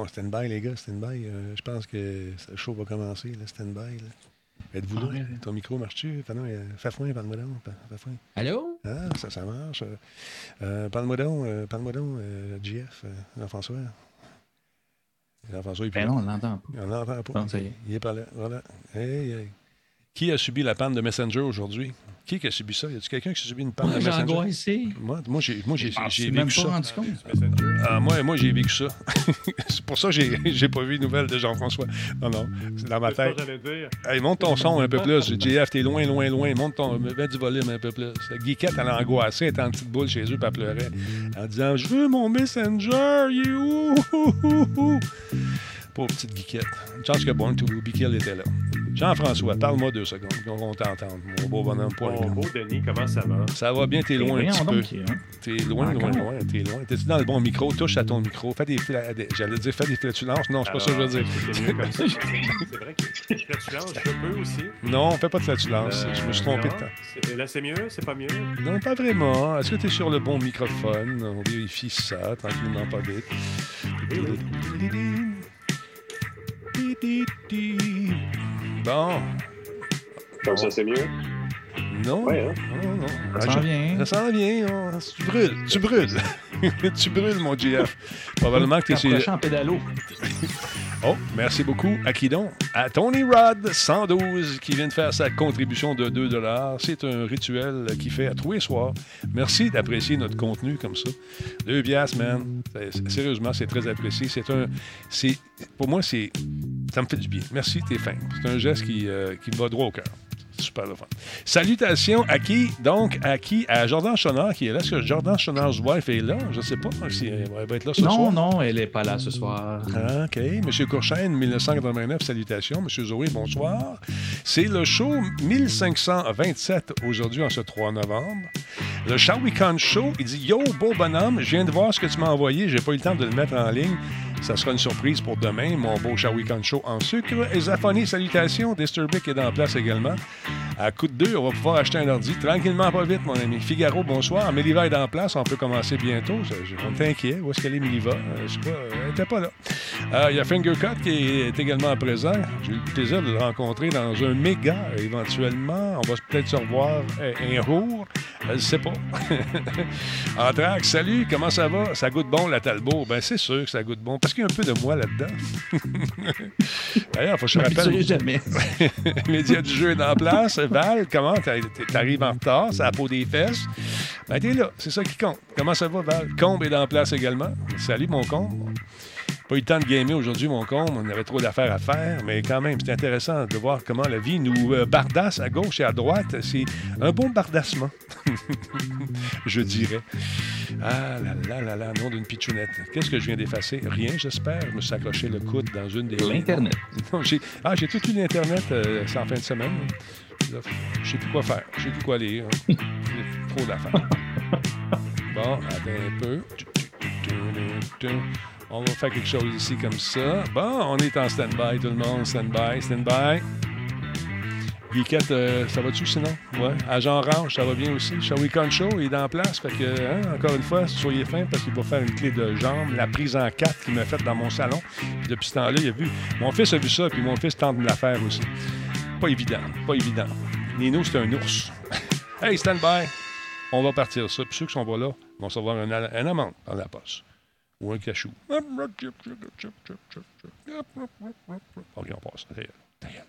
Bon, stand-by, les gars, stand-by. Je pense que le show va commencer, là, stand-by. Là. Êtes-vous là? Ouais. Ton micro marche-tu? Fais foin, parle-moi donc. Fais foin. Allô? Ah, ça marche. Parle-moi donc, JF, Jean-François. Jean-François, il Ben non, on l'entend pas. On l'entend pas. Non, ça y est. Il est pas là. Voilà. Hey. Qui a subi la panne de Messenger aujourd'hui? Qui a subi ça? Y a-t-il quelqu'un qui a subi une panne de Moi, j'ai Messenger? angoissé. Moi, j'ai même vécu pas ça. rendu compte. Ah, moi, j'ai vécu ça. C'est pour ça que j'ai pas vu de nouvelles de Jean-François. Non, c'est dans ma tête. Hey, monte ton son un peu plus. JF, t'es loin. Mets du volume un peu plus. Guiquette, elle a angoissé, elle était en petite boule chez eux, puis elle pleurait. En disant, je veux mon Messenger, il est où? Pauvre petite Guiquette. Une chance que Born to Be Kill était là. Jean-François, parle-moi 2 secondes, qu'on t'entende. Mon beau bonhomme poil. Mon beau Denis, comment ça va? Ça va bien, t'es loin un petit peu. Hein? T'es loin, t'es loin. T'es-tu dans le bon micro? Touche à ton micro. J'allais dire, fais des flatulences. Non, c'est pas ça que je veux dire. C'est mieux comme ça. C'est vrai que flatulence, je peux aussi. Non, fais pas de flatulence. Je me suis trompé de temps. Là, c'est mieux? C'est pas mieux? Non, pas vraiment. Est-ce que t'es sur le bon microphone? On vérifie ça, tranquillement, pas vite. Bon. Comme ça, c'est mieux? Non. Ouais, hein? Non. Ça s'en vient. Ça s'en vient. Tu brûles. Tu brûles, mon GF. Probablement que tu es sur... en pédalo. Oh, merci beaucoup. À qui donc? À Tony Rod, 112, qui vient de faire sa contribution de 2$. C'est un rituel qu'il fait à tous les soirs. Merci d'apprécier notre contenu comme ça. 2 piastres, man. Sérieusement, c'est très apprécié. Pour moi, ça me fait du bien. Merci, t'es fin. C'est un geste qui me va droit au cœur. Super le fun. Salutations à qui? Donc, à Jordan Chonard qui est là. Est-ce que Jordan Chonard's wife est là? Je ne sais pas si elle va être là ce soir. Non, elle n'est pas là ce soir. Ah, OK. Monsieur Courchaine, 1989, salutations. Monsieur Zoé, bonsoir. C'est le show 1527 aujourd'hui, en ce 3 novembre. Le Shall We Con Show, il dit « Yo, beau bonhomme, je viens de voir ce que tu m'as envoyé. J'ai pas eu le temps de le mettre en ligne. Ça sera une surprise pour demain, mon beau Shall We Con Show en sucre. » Et Zafoni, salutations. Disturbic est en place également. À coup de 2, on va pouvoir acheter un ordi tranquillement, pas vite, mon ami. Figaro, bonsoir. Méliva est en place. On peut commencer bientôt. On est inquiet. Où est-ce qu'elle est, Méliva? Je sais pas. Elle n'était pas là. Il y a Fingercut qui est également présent. J'ai eu le plaisir de le rencontrer dans un méga, éventuellement. On va peut-être se revoir un jour. Je ne sais pas. Anthrax, salut. Comment ça va? Ça goûte bon, la Talbot. Ben, c'est sûr que ça goûte bon. Parce qu'il y a un peu de moi là-dedans. D'ailleurs, il faut que je te rappelle. Jamais. Média du jeu est en place. Val, comment t'arrives en retard? C'est à la peau des fesses. Ben, t'es là. C'est ça qui compte. Comment ça va, Val? Combe est en place également. Salut, mon Combe. Pas eu le temps de gamer aujourd'hui, mon Combe. On avait trop d'affaires à faire. Mais quand même, c'est intéressant de voir comment la vie nous bardasse à gauche et à droite. C'est un bon bardassement. Je dirais. Ah là, nom d'une pitchounette. Qu'est-ce que je viens d'effacer? Rien, j'espère. Je me suis accroché le coude dans une des... L'Internet. Non, j'ai tout eu l'Internet en fin de semaine. Je sais plus quoi faire. Je sais plus quoi lire. Trop d'affaires. Bon, attends un peu. On va faire quelque chose ici comme ça. Bon, on est en stand-by, tout le monde. Stand-by. Geekette, ça va-tu sinon? Ouais. Agent Orange, ça va bien aussi. Shall We Con Show, il est en place. Fait que, encore une fois, soyez fins parce qu'il va faire une clé de jambe. La prise en 4 qu'il m'a faite dans mon salon. Puis depuis ce temps-là, il a vu. Mon fils a vu ça, puis mon fils tente de me la faire aussi. Pas évident. Nino, c'est un ours. Hey, stand-by. On va partir ça. Puis ceux qui sont pas là vont recevoir un amende dans la poste. Ou un cachou. OK, on passe. D'ailleurs.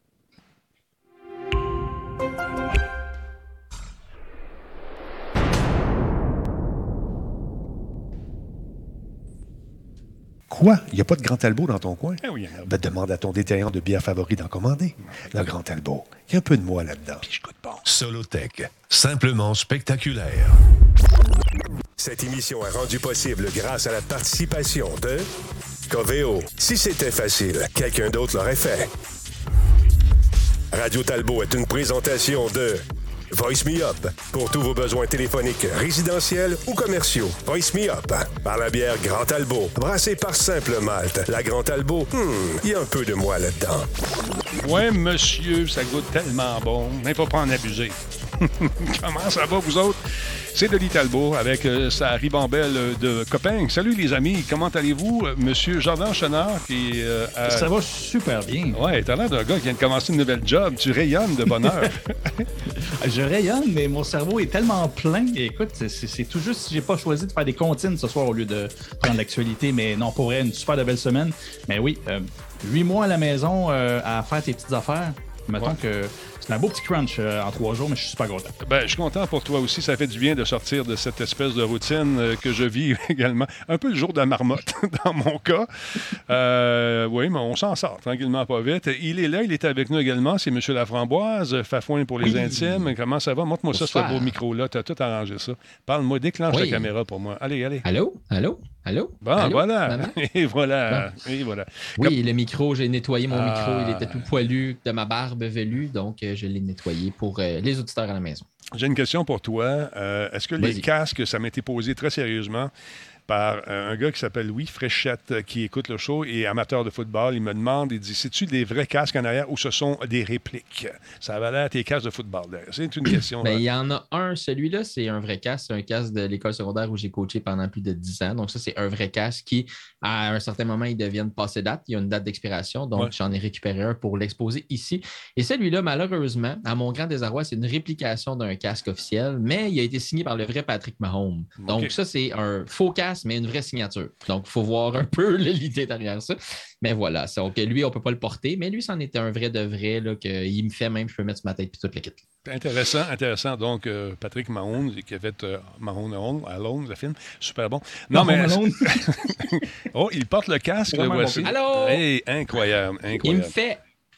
Quoi? Il n'y a pas de Grand Talbot dans ton coin? Ah oui, Ben, demande à ton détaillant de bière favori d'en commander. Le Grand Talbot. Il y a un peu de moi là-dedans. Puis je goûte bon. Solotech. Simplement spectaculaire. Cette émission est rendue possible grâce à la participation de Coveo. Si c'était facile, quelqu'un d'autre l'aurait fait. Radio Talbot est une présentation de Voice Me Up. Pour tous vos besoins téléphoniques, résidentiels ou commerciaux. Voice Me Up. Par la bière Grand Talbot. Brassée par Simple Malte. La Grand Talbot, il y a un peu de moi là-dedans. Ouais, monsieur, ça goûte tellement bon. Mais faut pas en abuser. Comment ça va, vous autres? C'est Denis Talbot avec sa ribambelle de copains. Salut les amis, comment allez-vous? Monsieur Jordan Chenard qui... Ça va super bien. Ouais, t'as l'air d'un gars qui vient de commencer une nouvelle job. Tu rayonnes de bonheur. Je rayonne, mais mon cerveau est tellement plein. Et écoute, c'est tout juste si j'ai pas choisi de faire des comptines ce soir au lieu de prendre l'actualité. Mais non, pour vrai, une super de belle semaine. Mais oui, 8 mois à la maison à faire tes petites affaires. Mettons que c'est un beau petit crunch en 3 jours, mais je suis super content. Ben, je suis content pour toi aussi. Ça fait du bien de sortir de cette espèce de routine que je vis également. Un peu le jour de la marmotte, dans mon cas. Oui, mais on s'en sort tranquillement, pas vite. Il est là, il est avec nous également. C'est M. Laframboise, Fafouin pour les intimes. Comment ça va? Montre-moi ça, ce beau micro-là. Tu as tout arrangé ça. Parle-moi, déclenche la caméra pour moi. Allez, allez. Allô? Bon, Allô? voilà. Maman? Et voilà. Bon. Et voilà. Oui, le micro, j'ai nettoyé mon micro. Il était tout poilu de ma barbe velue, donc je l'ai nettoyé pour les auditeurs à la maison. J'ai une question pour toi. Est-ce que les casques, ça m'a été posé très sérieusement par un gars qui s'appelle Louis Fréchette, qui écoute le show et amateur de football. Il me demande, il dit, c'est-tu des vrais casques en arrière ou ce sont des répliques? Ça va l'air tes casques de football. C'est une question. Il y en a un. Celui-là, c'est un vrai casque. C'est un casque de l'école secondaire où j'ai coaché pendant plus de 10 ans. Donc ça, c'est un vrai casque qui, à un certain moment, ils deviennent passé date. Il y a une date d'expiration. Donc, j'en ai récupéré un pour l'exposer ici. Et celui-là, malheureusement, à mon grand désarroi, c'est une réplication d'un casque officiel, mais il a été signé par le vrai Patrick Mahomes. Donc ça, c'est un faux casque, mais une vraie signature. Donc, il faut voir un peu l'idée derrière ça. Mais voilà, donc lui, on ne peut pas le porter, mais lui, c'en était un vrai de vrai, là, qu'il me fait même, je peux mettre sur ma tête puis toute la kit. Intéressant. Donc, Patrick Mahomes, qui a fait Mahomes Alone, le film, super bon. Non, mais... oh, il porte le casque, le voici. Allô? Hey, incroyable. Il me fait...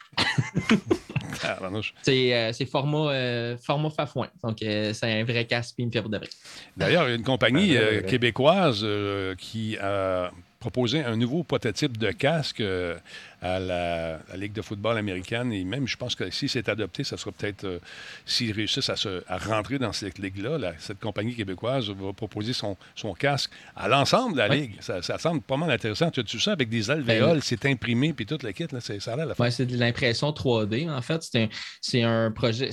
c'est format Fafouin. Donc, c'est un vrai casque puis il me fait pour de vrai. D'ailleurs, il y a une compagnie québécoise qui a proposé un nouveau prototype de casque à la Ligue de football américaine. Et même, je pense que si c'est adopté, ça sera peut-être, s'ils réussissent à rentrer dans cette ligue-là, cette compagnie québécoise va proposer son casque à l'ensemble de la Ligue. Ça semble pas mal intéressant. Tu as-tu ça avec des alvéoles, c'est imprimé, puis toute la kit, là, ça a l'air la fin. Oui, c'est de l'impression 3D. En fait, c'est un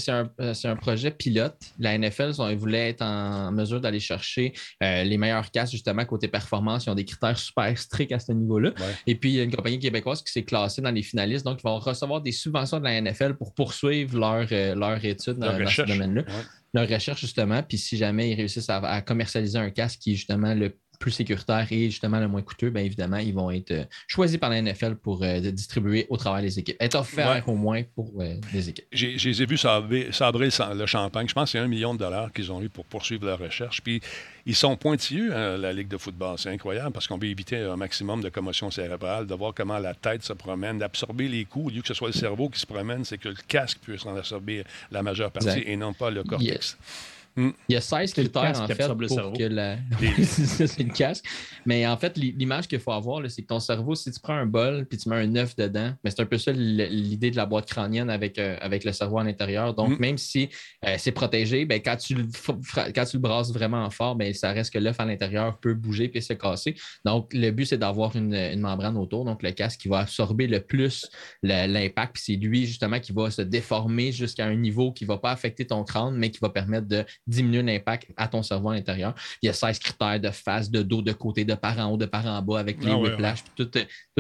projet pilote. La NFL, ils voulaient être en mesure d'aller chercher les meilleurs casques, justement, côté performance. Ils ont des critères super stricts à ce niveau-là. Ouais. Et puis, il y a une compagnie québécoise qui s'est classée dans les finalistes. Donc, ils vont recevoir des subventions de la NFL pour poursuivre leur étude dans ce domaine-là. Ouais. Leur recherche, justement. Puis, si jamais ils réussissent à commercialiser un casque qui est justement le plus sécuritaire et justement le moins coûteux, bien évidemment, ils vont être choisis par la NFL pour distribuer au travers des équipes. Être offert au moins pour les équipes. J'ai vu sabrer le champagne. Je pense que c'est $1 million qu'ils ont eu pour poursuivre leur recherche. Puis ils sont pointilleux, la Ligue de football. C'est incroyable parce qu'on veut éviter un maximum de commotion cérébrale, de voir comment la tête se promène, d'absorber les coups. Au lieu que ce soit le cerveau qui se promène, c'est que le casque puisse en absorber la majeure partie et non pas le cortex. Il y a 16 critères, en fait, pour que la... c'est le casque. Mais en fait, l'image qu'il faut avoir, là, c'est que ton cerveau, si tu prends un bol puis tu mets un œuf dedans, mais c'est un peu ça l'idée de la boîte crânienne avec le cerveau à l'intérieur. Donc, même si c'est protégé, ben, quand tu le brasses vraiment fort, ben, ça reste que l'œuf à l'intérieur peut bouger puis se casser. Donc, le but, c'est d'avoir une membrane autour. Donc, le casque qui va absorber le plus l'impact. Puis c'est lui, justement, qui va se déformer jusqu'à un niveau qui ne va pas affecter ton crâne, mais qui va permettre de diminuer l'impact à ton cerveau à l'intérieur. Il y a 16 critères de face, de dos, de côté, de part en haut, de part en bas, avec les whiplash, toutes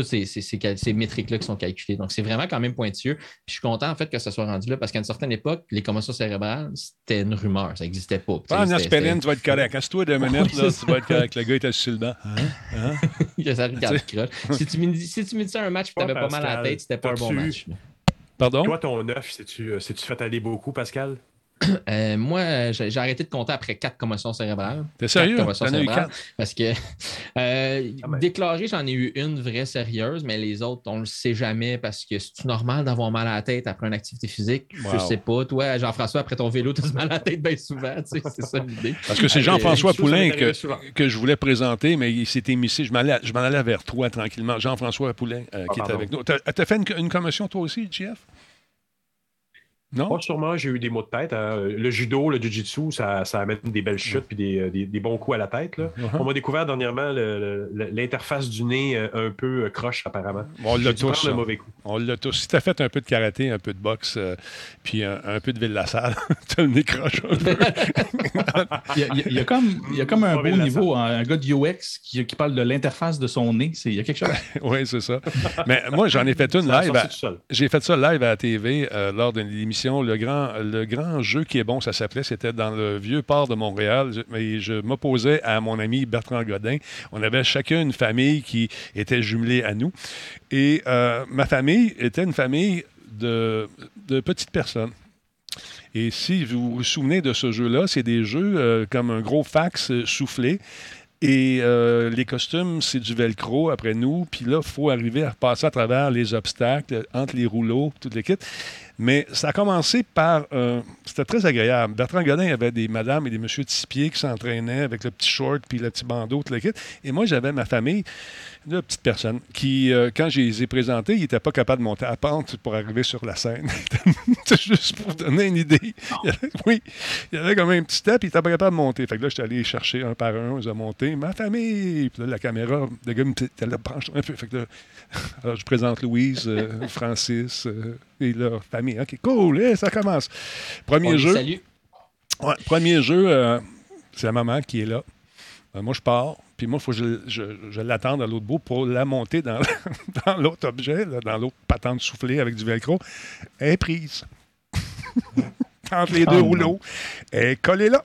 ces métriques-là qui sont calculées. Donc, c'est vraiment quand même pointueux. Puis, je suis content, en fait, que ça soit rendu là, parce qu'à une certaine époque, les commotions cérébrales, c'était une rumeur. Ça n'existait pas. En aspirine, tu vas être correct. Assieds-toi 2 minutes, là, tu vas être correct. Le gars est assis sur le banc. Ça regarde croche. Si tu me disais un match et tu avais pas mal à la tête, c'était pas un bon match. Pardon? Toi, ton œuf, c'est-tu fait aller beaucoup, Pascal? Moi, j'ai arrêté de compter après 4 commotions cérébrales. T'es sérieux? T'en as eu 4? Parce que déclaré, j'en ai eu une vraie sérieuse, mais les autres, on le sait jamais parce que c'est normal d'avoir mal à la tête après une activité physique. Je sais pas. Toi, Jean-François, après ton vélo, tu as mal à la tête bien souvent. C'est ça l'idée. Parce que c'est Jean-François Poulain que je voulais présenter, mais il s'est émissé. Je m'en allais vers toi tranquillement. Jean-François Poulain qui était avec nous. T'as fait une commotion toi aussi, JF? Non? Pas sûrement, j'ai eu des maux de tête. Hein. Le judo, le jiu-jitsu, ça amène des belles chutes puis des bons coups à la tête. Là. On m'a découvert dernièrement l'interface du nez un peu croche, apparemment. On l'a tous. Un mauvais coup. On l'a tous. Si tu as fait un peu de karaté, un peu de boxe, puis un peu de Ville-la-Salle, tu as le nez croche. il y a comme un beau niveau, un gars de UX qui parle de l'interface de son nez. Il y a quelque chose. Oui, c'est ça. Mais moi, j'en ai fait une live. J'ai fait ça live à la TV lors d'une émission. Le grand jeu qui est bon, ça s'appelait, c'était dans le vieux port de Montréal. Je m'opposais à mon ami Bertrand Godin. On avait chacun une famille qui était jumelée à nous. Et ma famille était une famille de petites personnes. Et si vous vous souvenez de ce jeu-là, c'est des jeux comme un gros fax soufflé. Et les costumes, c'est du velcro après nous. Puis là, il faut arriver à passer à travers les obstacles, entre les rouleaux, toute l'équipe. Mais ça a commencé par... c'était très agréable. Bertrand Godin avait des madames et des messieurs de 6 pieds qui s'entraînaient avec le petit short puis le petit bandeau, tout le kit. Et moi, j'avais ma famille de petites personnes qui, quand je les ai présentés, ils n'étaient pas capables de monter à la pente pour arriver sur la scène. C'est juste pour vous donner une idée. Il y avait comme un petit step, ils n'étaient pas capables de monter. Fait que là, je suis allé chercher un par un, ils ont monté. Ma famille! Puis là, la caméra, le gars me dit, t'as la penche un peu. Fait que là, alors, je présente Louise, Francis et leur famille. OK, cool, ça commence. Premier jeu. Salut. Ouais, premier jeu, c'est la maman qui est là. Moi, je pars. Puis moi, il faut que je l'attende à l'autre bout pour la monter dans l'autre objet, là, dans l'autre patente soufflée avec du velcro. Elle est prise. Entre les deux rouleaux. Elle est collée là.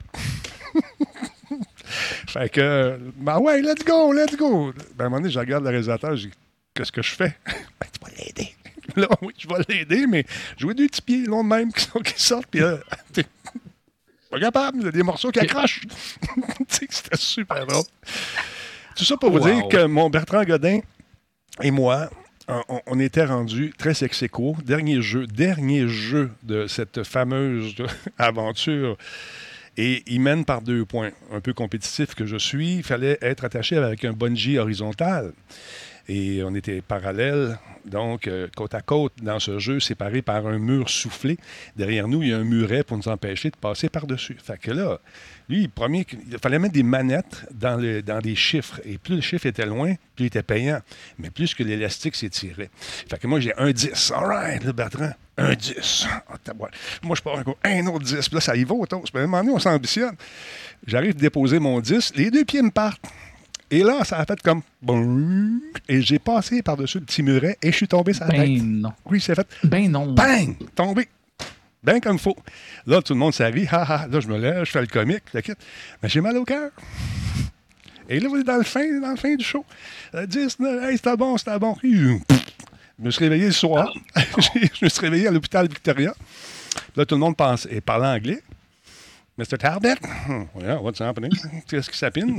Fait que, ben ouais, let's go. Ben, à un moment donné, je regarde le réalisateur, je dis, qu'est-ce que je fais? Ben, tu vas l'aider. Là, oui, je vais l'aider, mais jouer deux petits pieds, long de même, qui sortent, puis t'es pas capable, il y a des morceaux qui accrochent. C'était super drôle. Tout ça pour vous dire que mon Bertrand Godin et moi, on était rendus très ex-aequo. Dernier jeu de cette fameuse aventure. Et il mène par 2 points. Un peu compétitif que je suis, il fallait être attaché avec un bungee horizontal. Et on était parallèles, donc côte à côte dans ce jeu, séparés par un mur soufflé. Derrière nous, il y a un muret pour nous empêcher de passer par-dessus. Fait que là, lui, il fallait mettre des manettes dans des chiffres. Et plus le chiffre était loin, plus il était payant. Mais plus que l'élastique s'étirait. Fait que moi, j'ai un 10. All right, là, Bertrand. Un 10. Oh, moi, je pars encore un autre 10. Puis là, ça y va au toast. Puis à un moment donné, on s'ambitionne. J'arrive à déposer mon 10. Les 2 pieds me partent. Et là, ça a fait comme... Et j'ai passé par-dessus le petit muret et je suis tombé sur la tête. Non. Oui, c'est fait. Non. Bang! Tombé. Ben comme il faut. Là, tout le monde s'arrive. Là, je me lève, je fais le comique. Mais j'ai mal au cœur. Et là, vous êtes dans le fin du show. 10, 9, hey, c'était bon. Je me suis réveillé le soir. Je me suis réveillé à l'hôpital Victoria. Là, tout le monde parlait anglais. Mr. Talbot? Yeah, what's happening? Qu'est-ce qui s'appine?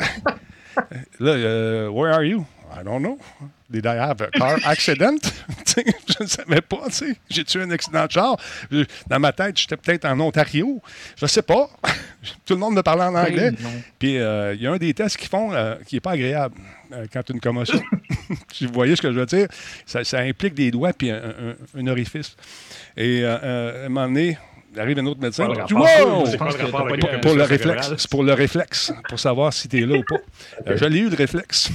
Là, where are you? I don't know. Did I have a car accident? Je ne savais pas. J'ai-tu un accident de char? Dans ma tête, j'étais peut-être en Ontario. Je ne sais pas. Tout le monde me parlait en anglais. Puis, il y a un des tests qu'ils font qui n'est pas agréable quand tu as une commotion. Si vous voyez ce que je veux dire, ça implique des doigts puis un orifice. Et à un moment donné, il arrive un autre médecin. Pour le réflexe. C'est pour le réflexe, pour savoir si tu es là ou pas. Je l'ai eu, le réflexe.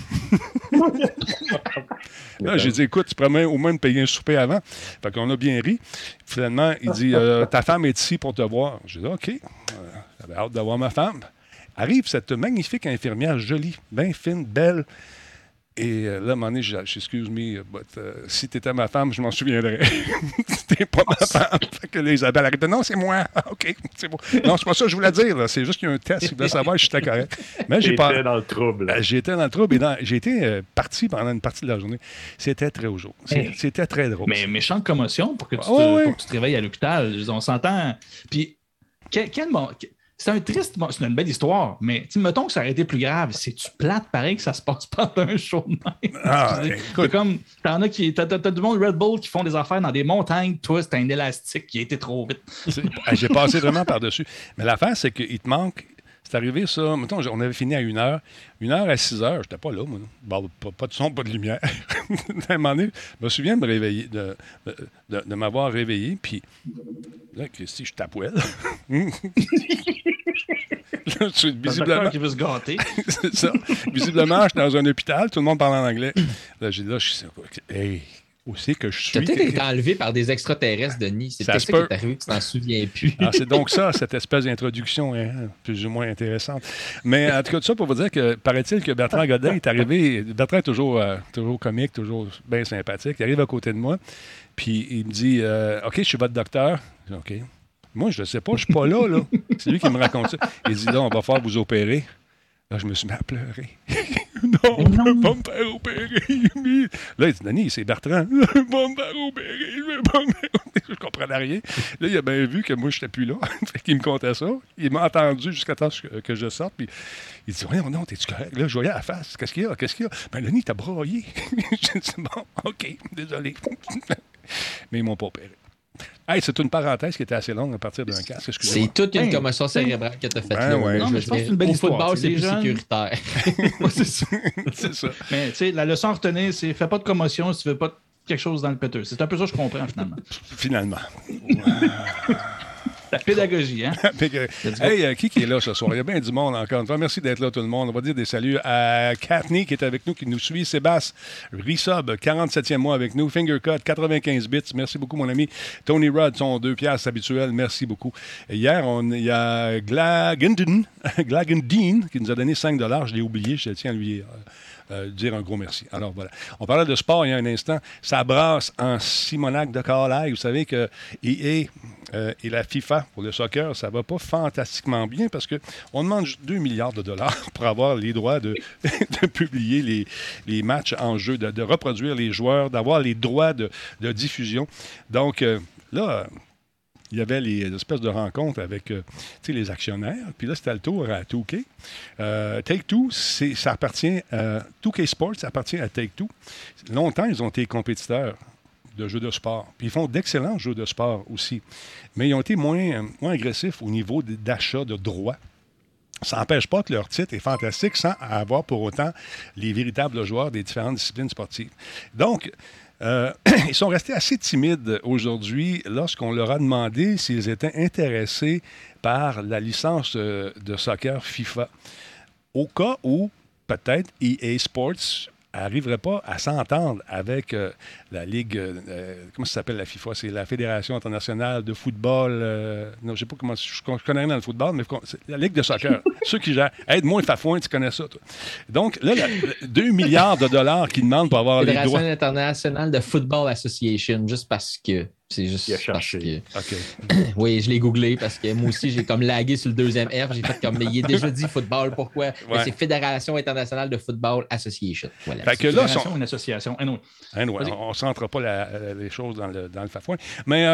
Là, j'ai dit, écoute, tu pourrais au moins me payer un souper avant. Fait qu'on a bien ri. Finalement, il dit, ta femme est ici pour te voir. J'ai dit, OK. J'avais hâte d'avoir ma femme. Arrive cette magnifique infirmière, jolie, bien fine, belle. Et là, à un moment donné, j'ai dit, excuse me, but, si tu étais ma femme, je m'en souviendrais. C'était pas ma femme. Fait que là, Isabelle arrête de non, c'est moi. OK, c'est bon. Non, c'est pas ça que je voulais dire. Là. C'est juste qu'il y a un test. Il voulait savoir si j'étais correct. Mais j'étais dans le trouble. J'étais dans le trouble et j'ai été parti pendant une partie de la journée. C'était très au jour. C'était très drôle. Mais méchante commotion pour que tu te réveilles à l'hôpital. On s'entend. Puis, c'est c'est une belle histoire, mais mettons que ça aurait été plus grave. C'est-tu plate pareil que ça se passe pas dans un show de même? C'est comme, t'as du monde Red Bull qui font des affaires dans des montagnes. Toi, c'est un élastique qui a été trop vite. J'ai passé vraiment par-dessus. Mais l'affaire, c'est qu'il te manque... c'est arrivé, ça. Mettons, on avait fini à 1h. 1h à 6h, j'étais pas là, moi. Bon, pas de son, pas de lumière. À un moment donné, je me souviens de me réveiller, de m'avoir réveillé, puis là, Christy, je tape well. Là, visiblement, qui veut se gâter. C'est ça. Visiblement, je suis dans un hôpital, tout le monde parle en anglais. Là, j'ai dit, là, je sais pas. Hey, où c'est que je suis? Tu as peut-être été enlevé par des extraterrestres, Denis. C'est peut-être ça qui est arrivé, que tu t'en souviens plus. Ah, c'est donc ça, cette espèce d'introduction plus ou moins intéressante. Mais en tout cas, tout ça pour vous dire que, paraît-il que Bertrand Godin est arrivé. Bertrand est toujours comique, toujours bien sympathique. Il arrive à côté de moi, puis il me dit OK, je suis votre docteur. Je dis, OK. Moi, je ne sais pas, je ne suis pas là. C'est lui qui me raconte ça. Il dit là, on va faire vous opérer. Là, je me suis mis à pleurer. Non, je ne veux pas me faire opérer. Là, il dit, Denis, c'est Bertrand. Je ne veux pas me faire opérer. Je ne veux pas me faire opérer. Je ne comprenais rien. Là, il a bien vu que moi, je n'étais plus là. Fait qu'il me contait ça. Il m'a entendu jusqu'à temps que je sorte. Puis il dit, voyons, non, t'es-tu correct? Là, je voyais la face. Qu'est-ce qu'il y a? Ben, Denis, t'as broyé. Je dis, bon, OK, désolé. Mais ils ne m'ont pas opéré. Hey, c'est une parenthèse qui était assez longue à partir d'un casque. C'est toute une commotion cérébrale que tu as faite là. Ouais. Non, mais je pense que c'est une belle histoire. Au football, c'est plus sécuritaire. C'est ça. Mais tu sais, la leçon à retenir, c'est fais pas de commotion si tu veux pas quelque chose dans le péteux. C'est un peu ça que je comprends finalement. La pédagogie, hein? Hey, qui est là ce soir? Il y a bien du monde encore une fois. Merci d'être là, tout le monde. On va dire des saluts à Katney qui est avec nous, qui nous suit. Sébastien Rissub, 47e mois avec nous. Fingercut, 95 bits. Merci beaucoup, mon ami. Tony Rudd, son 2 piastres habituel. Merci beaucoup. Et hier, il y a Glagenden qui nous a donné 5 $. Je l'ai oublié. Je tiens à lui dire un gros merci. Alors voilà. On parlait de sport il y a un instant. Ça brasse en Simonac de Carlisle. Vous savez que EA et la FIFA pour le soccer, ça va pas fantastiquement bien parce qu'on demande 2 milliards de dollars pour avoir les droits de publier les matchs en jeu, de reproduire les joueurs, d'avoir les droits de diffusion. Donc là, il y avait les espèces de rencontres avec les actionnaires. Puis là, c'était le tour à 2K. Take-Two, ça appartient à 2K Sports, ça appartient à Take-Two. Longtemps, ils ont été compétiteurs de jeux de sport. Puis ils font d'excellents jeux de sport aussi. Mais ils ont été moins agressifs au niveau d'achat de droits. Ça n'empêche pas que leur titre est fantastique sans avoir pour autant les véritables joueurs des différentes disciplines sportives. Donc, ils sont restés assez timides aujourd'hui lorsqu'on leur a demandé s'ils étaient intéressés par la licence de soccer FIFA. Au cas où, peut-être, EA Sports n'arriverait pas à s'entendre avec la Ligue... comment ça s'appelle la FIFA? C'est la Fédération internationale de football... non, je ne sais pas comment... Je connais rien dans le football, mais c'est la Ligue de soccer. Ceux qui gèrent... Aide-moi, Fafouin, tu connais ça, toi. Donc, là, 2 milliards de dollars qu'ils demandent pour avoir les droits... Fédération internationale de Football Association, juste parce que... C'est juste il a cherché. OK. Oui, je l'ai googlé parce que moi aussi, j'ai comme lagué sur le deuxième F. J'ai fait comme, mais il est déjà dit football, pourquoi? Ouais. Mais c'est Fédération internationale de Football Association. Voilà. Fait que là, une association. Anyway, on ne centre pas les choses dans le fafouin. Mais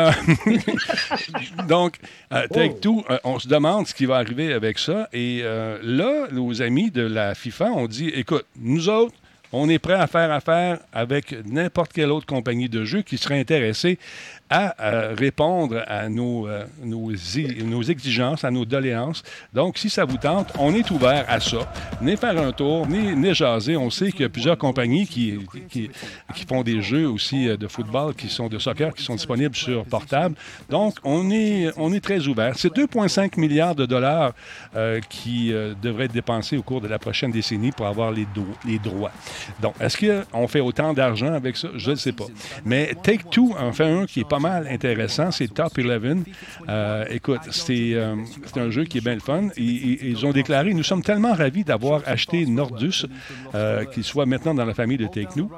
donc, Take-Two, on se demande ce qui va arriver avec ça. Et là, nos amis de la FIFA ont dit, écoute, nous autres, on est prêt à faire affaire avec n'importe quelle autre compagnie de jeux qui serait intéressée à répondre à nos exigences, à nos doléances. Donc, si ça vous tente, on est ouvert à ça. Venez faire un tour, venez jaser. On sait qu'il y a plusieurs compagnies qui font des jeux aussi de football, de soccer, qui sont disponibles sur portable. Donc, on est très ouvert. C'est 2,5 milliards de dollars qui devraient être dépensés au cours de la prochaine décennie pour avoir les droits. Donc, est-ce qu'on fait autant d'argent avec ça? Je ne sais pas. Mais Take-Two en fait un qui est pas mal intéressant, c'est Top 11. Écoute, c'est un jeu qui est bien le fun. Ils ont déclaré, nous sommes tellement ravis d'avoir acheté Nordus, qu'il soit maintenant dans la famille de Take-Two,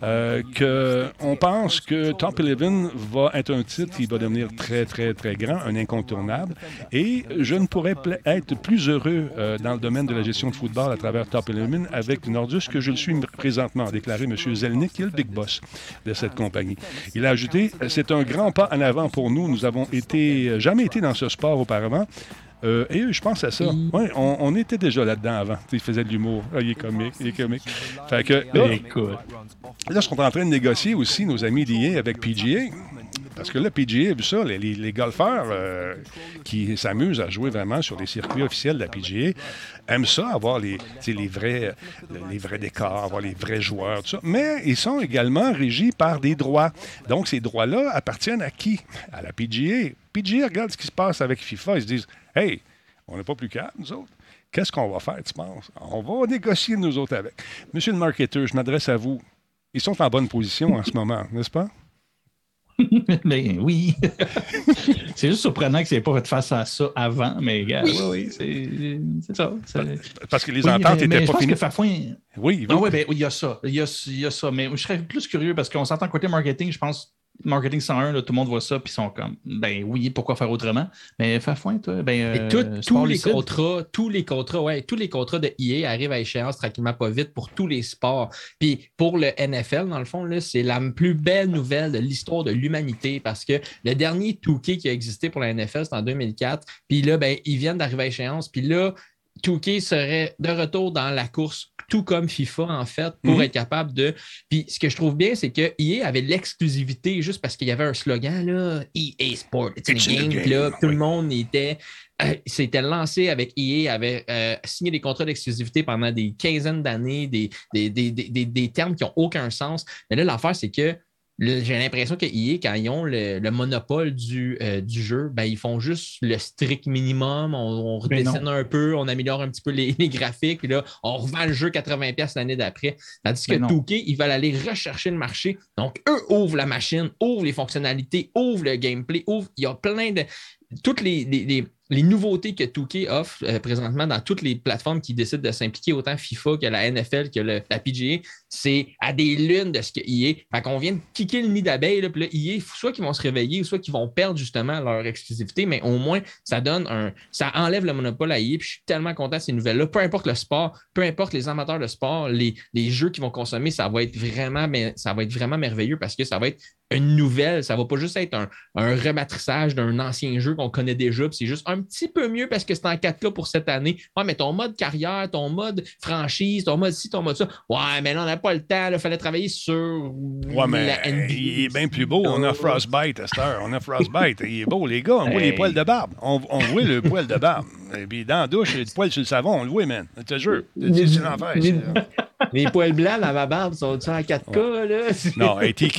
qu'on pense que Top 11 va être un titre qui va devenir très, très, très grand, un incontournable. Et je ne pourrais être plus heureux dans le domaine de la gestion de football à travers Top 11 avec Nordus que je le suis présentement, a déclaré M. Zelnick, qui est le big boss de cette compagnie. Il a ajouté, c'est un grand pas en avant pour nous. Nous avons jamais été dans ce sport auparavant. Et je pense à ça. Ouais, on était déjà là-dedans avant. Il faisait de l'humour. Ah, il est comique. Fait que là, ils sont en train de négocier aussi, nos amis d'EA avec PGA. Parce que là, PGA a vu ça, les golfeurs qui s'amusent à jouer vraiment sur les circuits officiels de la PGA aiment ça, avoir les vrais décors, avoir les vrais joueurs, tout ça. Mais ils sont également régis par des droits. Donc, ces droits-là appartiennent à qui? À la PGA. PGA regarde ce qui se passe avec FIFA. Ils se disent, « Hey, on n'est pas plus calme, nous autres. Qu'est-ce qu'on va faire, tu penses? On va négocier, nous autres, avec. » Monsieur le marketeur, je m'adresse à vous. Ils sont en bonne position en ce moment, n'est-ce pas? Mais oui. C'est juste surprenant que ça n'ait pas fait face à ça avant, mais gars, oui, c'est ça. Parce que les ententes n'étaient pas finies. Fafouin... Oui, il y a ça. Il y a ça. Mais je serais plus curieux parce qu'on s'entend côté marketing, je pense. Marketing 101, là, tout le monde voit ça, puis ils sont comme, ben oui, pourquoi faire autrement? Mais Fafouin, toi, tous les contrats de EA arrivent à échéance tranquillement pas vite pour tous les sports. Puis pour le NFL, dans le fond, là, c'est la plus belle nouvelle de l'histoire de l'humanité parce que le dernier 2K qui a existé pour la NFL, c'est en 2004. Puis là, ils viennent d'arriver à échéance. Puis là, 2K serait de retour dans la course, tout comme FIFA, en fait, pour être capable de... Puis ce que je trouve bien, c'est que EA avait l'exclusivité juste parce qu'il y avait un slogan, là, EA Sport, it's a game club. Tout le monde s'était lancé avec EA, avait signé des contrats d'exclusivité pendant des quinzaines d'années, des termes qui n'ont aucun sens. Mais là, l'affaire, c'est que j'ai l'impression que EA, quand ils ont le monopole du jeu, ils font juste le strict minimum. On redessine un peu, on améliore un petit peu les graphiques, puis là, on revend le jeu 80$ l'année d'après. Tandis que 2K, ils veulent aller rechercher le marché. Donc, eux ouvrent la machine, ouvrent les fonctionnalités, ouvrent le gameplay, il y a plein de... Toutes les nouveautés que 2K offre présentement dans toutes les plateformes qui décident de s'impliquer, autant FIFA que la NFL que la PGA, c'est à des lunes de ce que EA. Fait qu'on vient de kicker le nid d'abeilles, là, puis là, EA, soit qu'ils vont se réveiller, soit qu'ils vont perdre justement leur exclusivité, mais au moins, ça enlève le monopole à EA, puis je suis tellement content de ces nouvelles-là. Peu importe le sport, peu importe les amateurs de sport, les jeux qu'ils vont consommer, ça va être vraiment merveilleux parce que ça va être une nouvelle, ça va pas juste être un rematrissage d'un ancien jeu qu'on connaît déjà, puis c'est juste un petit peu mieux parce que c'est en 4K pour cette année. Ouais, mais ton mode carrière, ton mode franchise, ton mode ci, ton mode ça. Ouais, mais là, on n'a pas le temps, il fallait travailler sur la NBA. Il est bien plus beau. On a Frostbite à cette heure. On a Frostbite. Il est beau, les gars. On voit les poils de barbe. On voit le poil de barbe. Et puis dans la douche, il y a du poil sur le savon. On le voit, man. Je te jure. C'est l'enfer. Les poils blancs dans ma barbe sont-ils en 4K, là? Non,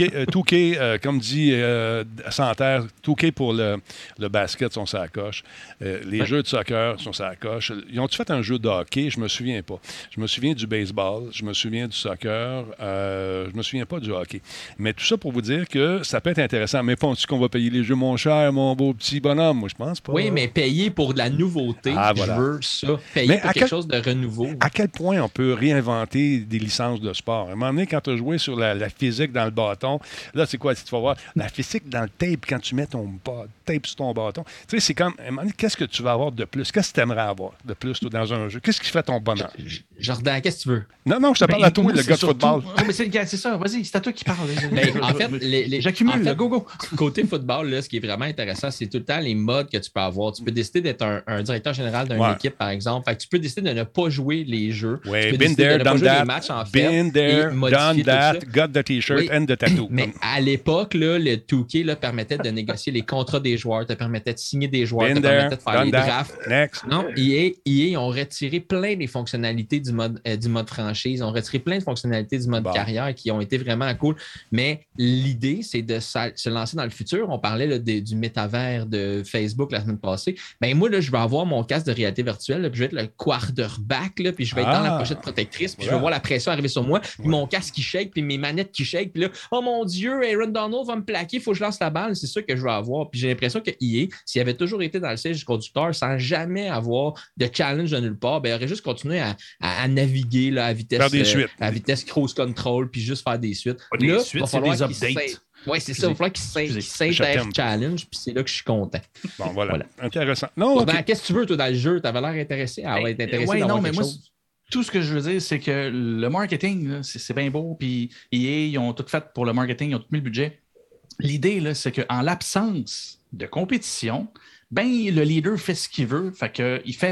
2K, comme dit Santerre, 2K pour le basket sont sur la coche. Les jeux de soccer sont sur la coche. Ils ont-tu fait un jeu de hockey? Je me souviens pas. Je me souviens du baseball, je me souviens du soccer, je me souviens pas du hockey. Mais tout ça pour vous dire que ça peut être intéressant. Mais penses-tu qu'on va payer les jeux, mon cher, mon beau petit bonhomme? Moi, je pense pas. Oui, mais payer pour de la nouveauté, voilà. Je veux ça. Payer pour quelque chose de renouveau. À quel point on peut réinventer des licences de sport? À un moment donné, quand tu as joué sur la physique dans le bâton, là, c'est quoi? Si tu vas voir la physique dans le tape, quand tu mets ton tape sur ton bâton, tu sais, c'est comme, à un moment donné, qu'est-ce que tu vas avoir de plus? Qu'est-ce que tu aimerais avoir de plus dans un jeu? Qu'est-ce qui fait ton bonheur? Jordan, qu'est-ce que tu veux? Non, je te parle à toi, le gars de football. Non, mais c'est ça, vas-y, c'est à toi qui parle. En fait, j'accumule, go. Côté football, là, ce qui est vraiment intéressant, c'est tout le temps les modes que tu peux avoir. Tu peux décider d'être un directeur général d'une équipe, par exemple. Fait que tu peux décider de ne pas jouer les jeux. Oui, tu peux been there, done that. Matchs, en fait, been there, done that, got the t-shirt and the tattoo. Mais à l'époque, là, le 2K là, permettait de négocier les contrats des joueurs, te permettait de signer des joueurs, te permettait de faire les drafts. Next. Non, EA ont retiré plein des fonctionnalités du mode franchise, ont retiré plein de fonctionnalités du mode carrière qui ont été vraiment cool. Mais l'idée, c'est de se lancer dans le futur. On parlait là, du métavers de Facebook la semaine passée. Ben moi, là, je vais avoir mon casque de réalité virtuelle, là, puis je vais être le quarterback, là, puis je vais être dans la pochette protectrice, puis je vais voir la pression arriver sur moi, puis mon casque qui shake, puis mes manettes qui shake, puis là, oh mon Dieu, Aaron Donald va me plaquer, il faut que je lance la balle, c'est ça que je vais avoir. Puis j'ai l'impression que EA, s'il avait toujours été dans le siège du conducteur sans jamais avoir de challenge de nulle part, ben il aurait juste continué à naviguer là, à vitesse cruise control, puis juste faire des suites. Là, il va falloir des updates. Oui, c'est ça. Il va falloir qu'il s'intègre challenge, puis c'est là que je suis content. Bon, voilà. Intéressant. Non, okay. Qu'est-ce que tu veux, toi, dans le jeu? Tu avais l'air intéressé à être intéressé d'avoir quelque chose. Tout ce que je veux dire, c'est que le marketing, là, c'est bien beau, puis EA, ils ont tout fait pour le marketing, ils ont tout mis le budget. L'idée, là, c'est qu'en l'absence de compétition, ben le leader fait ce qu'il veut, fait qu'il fait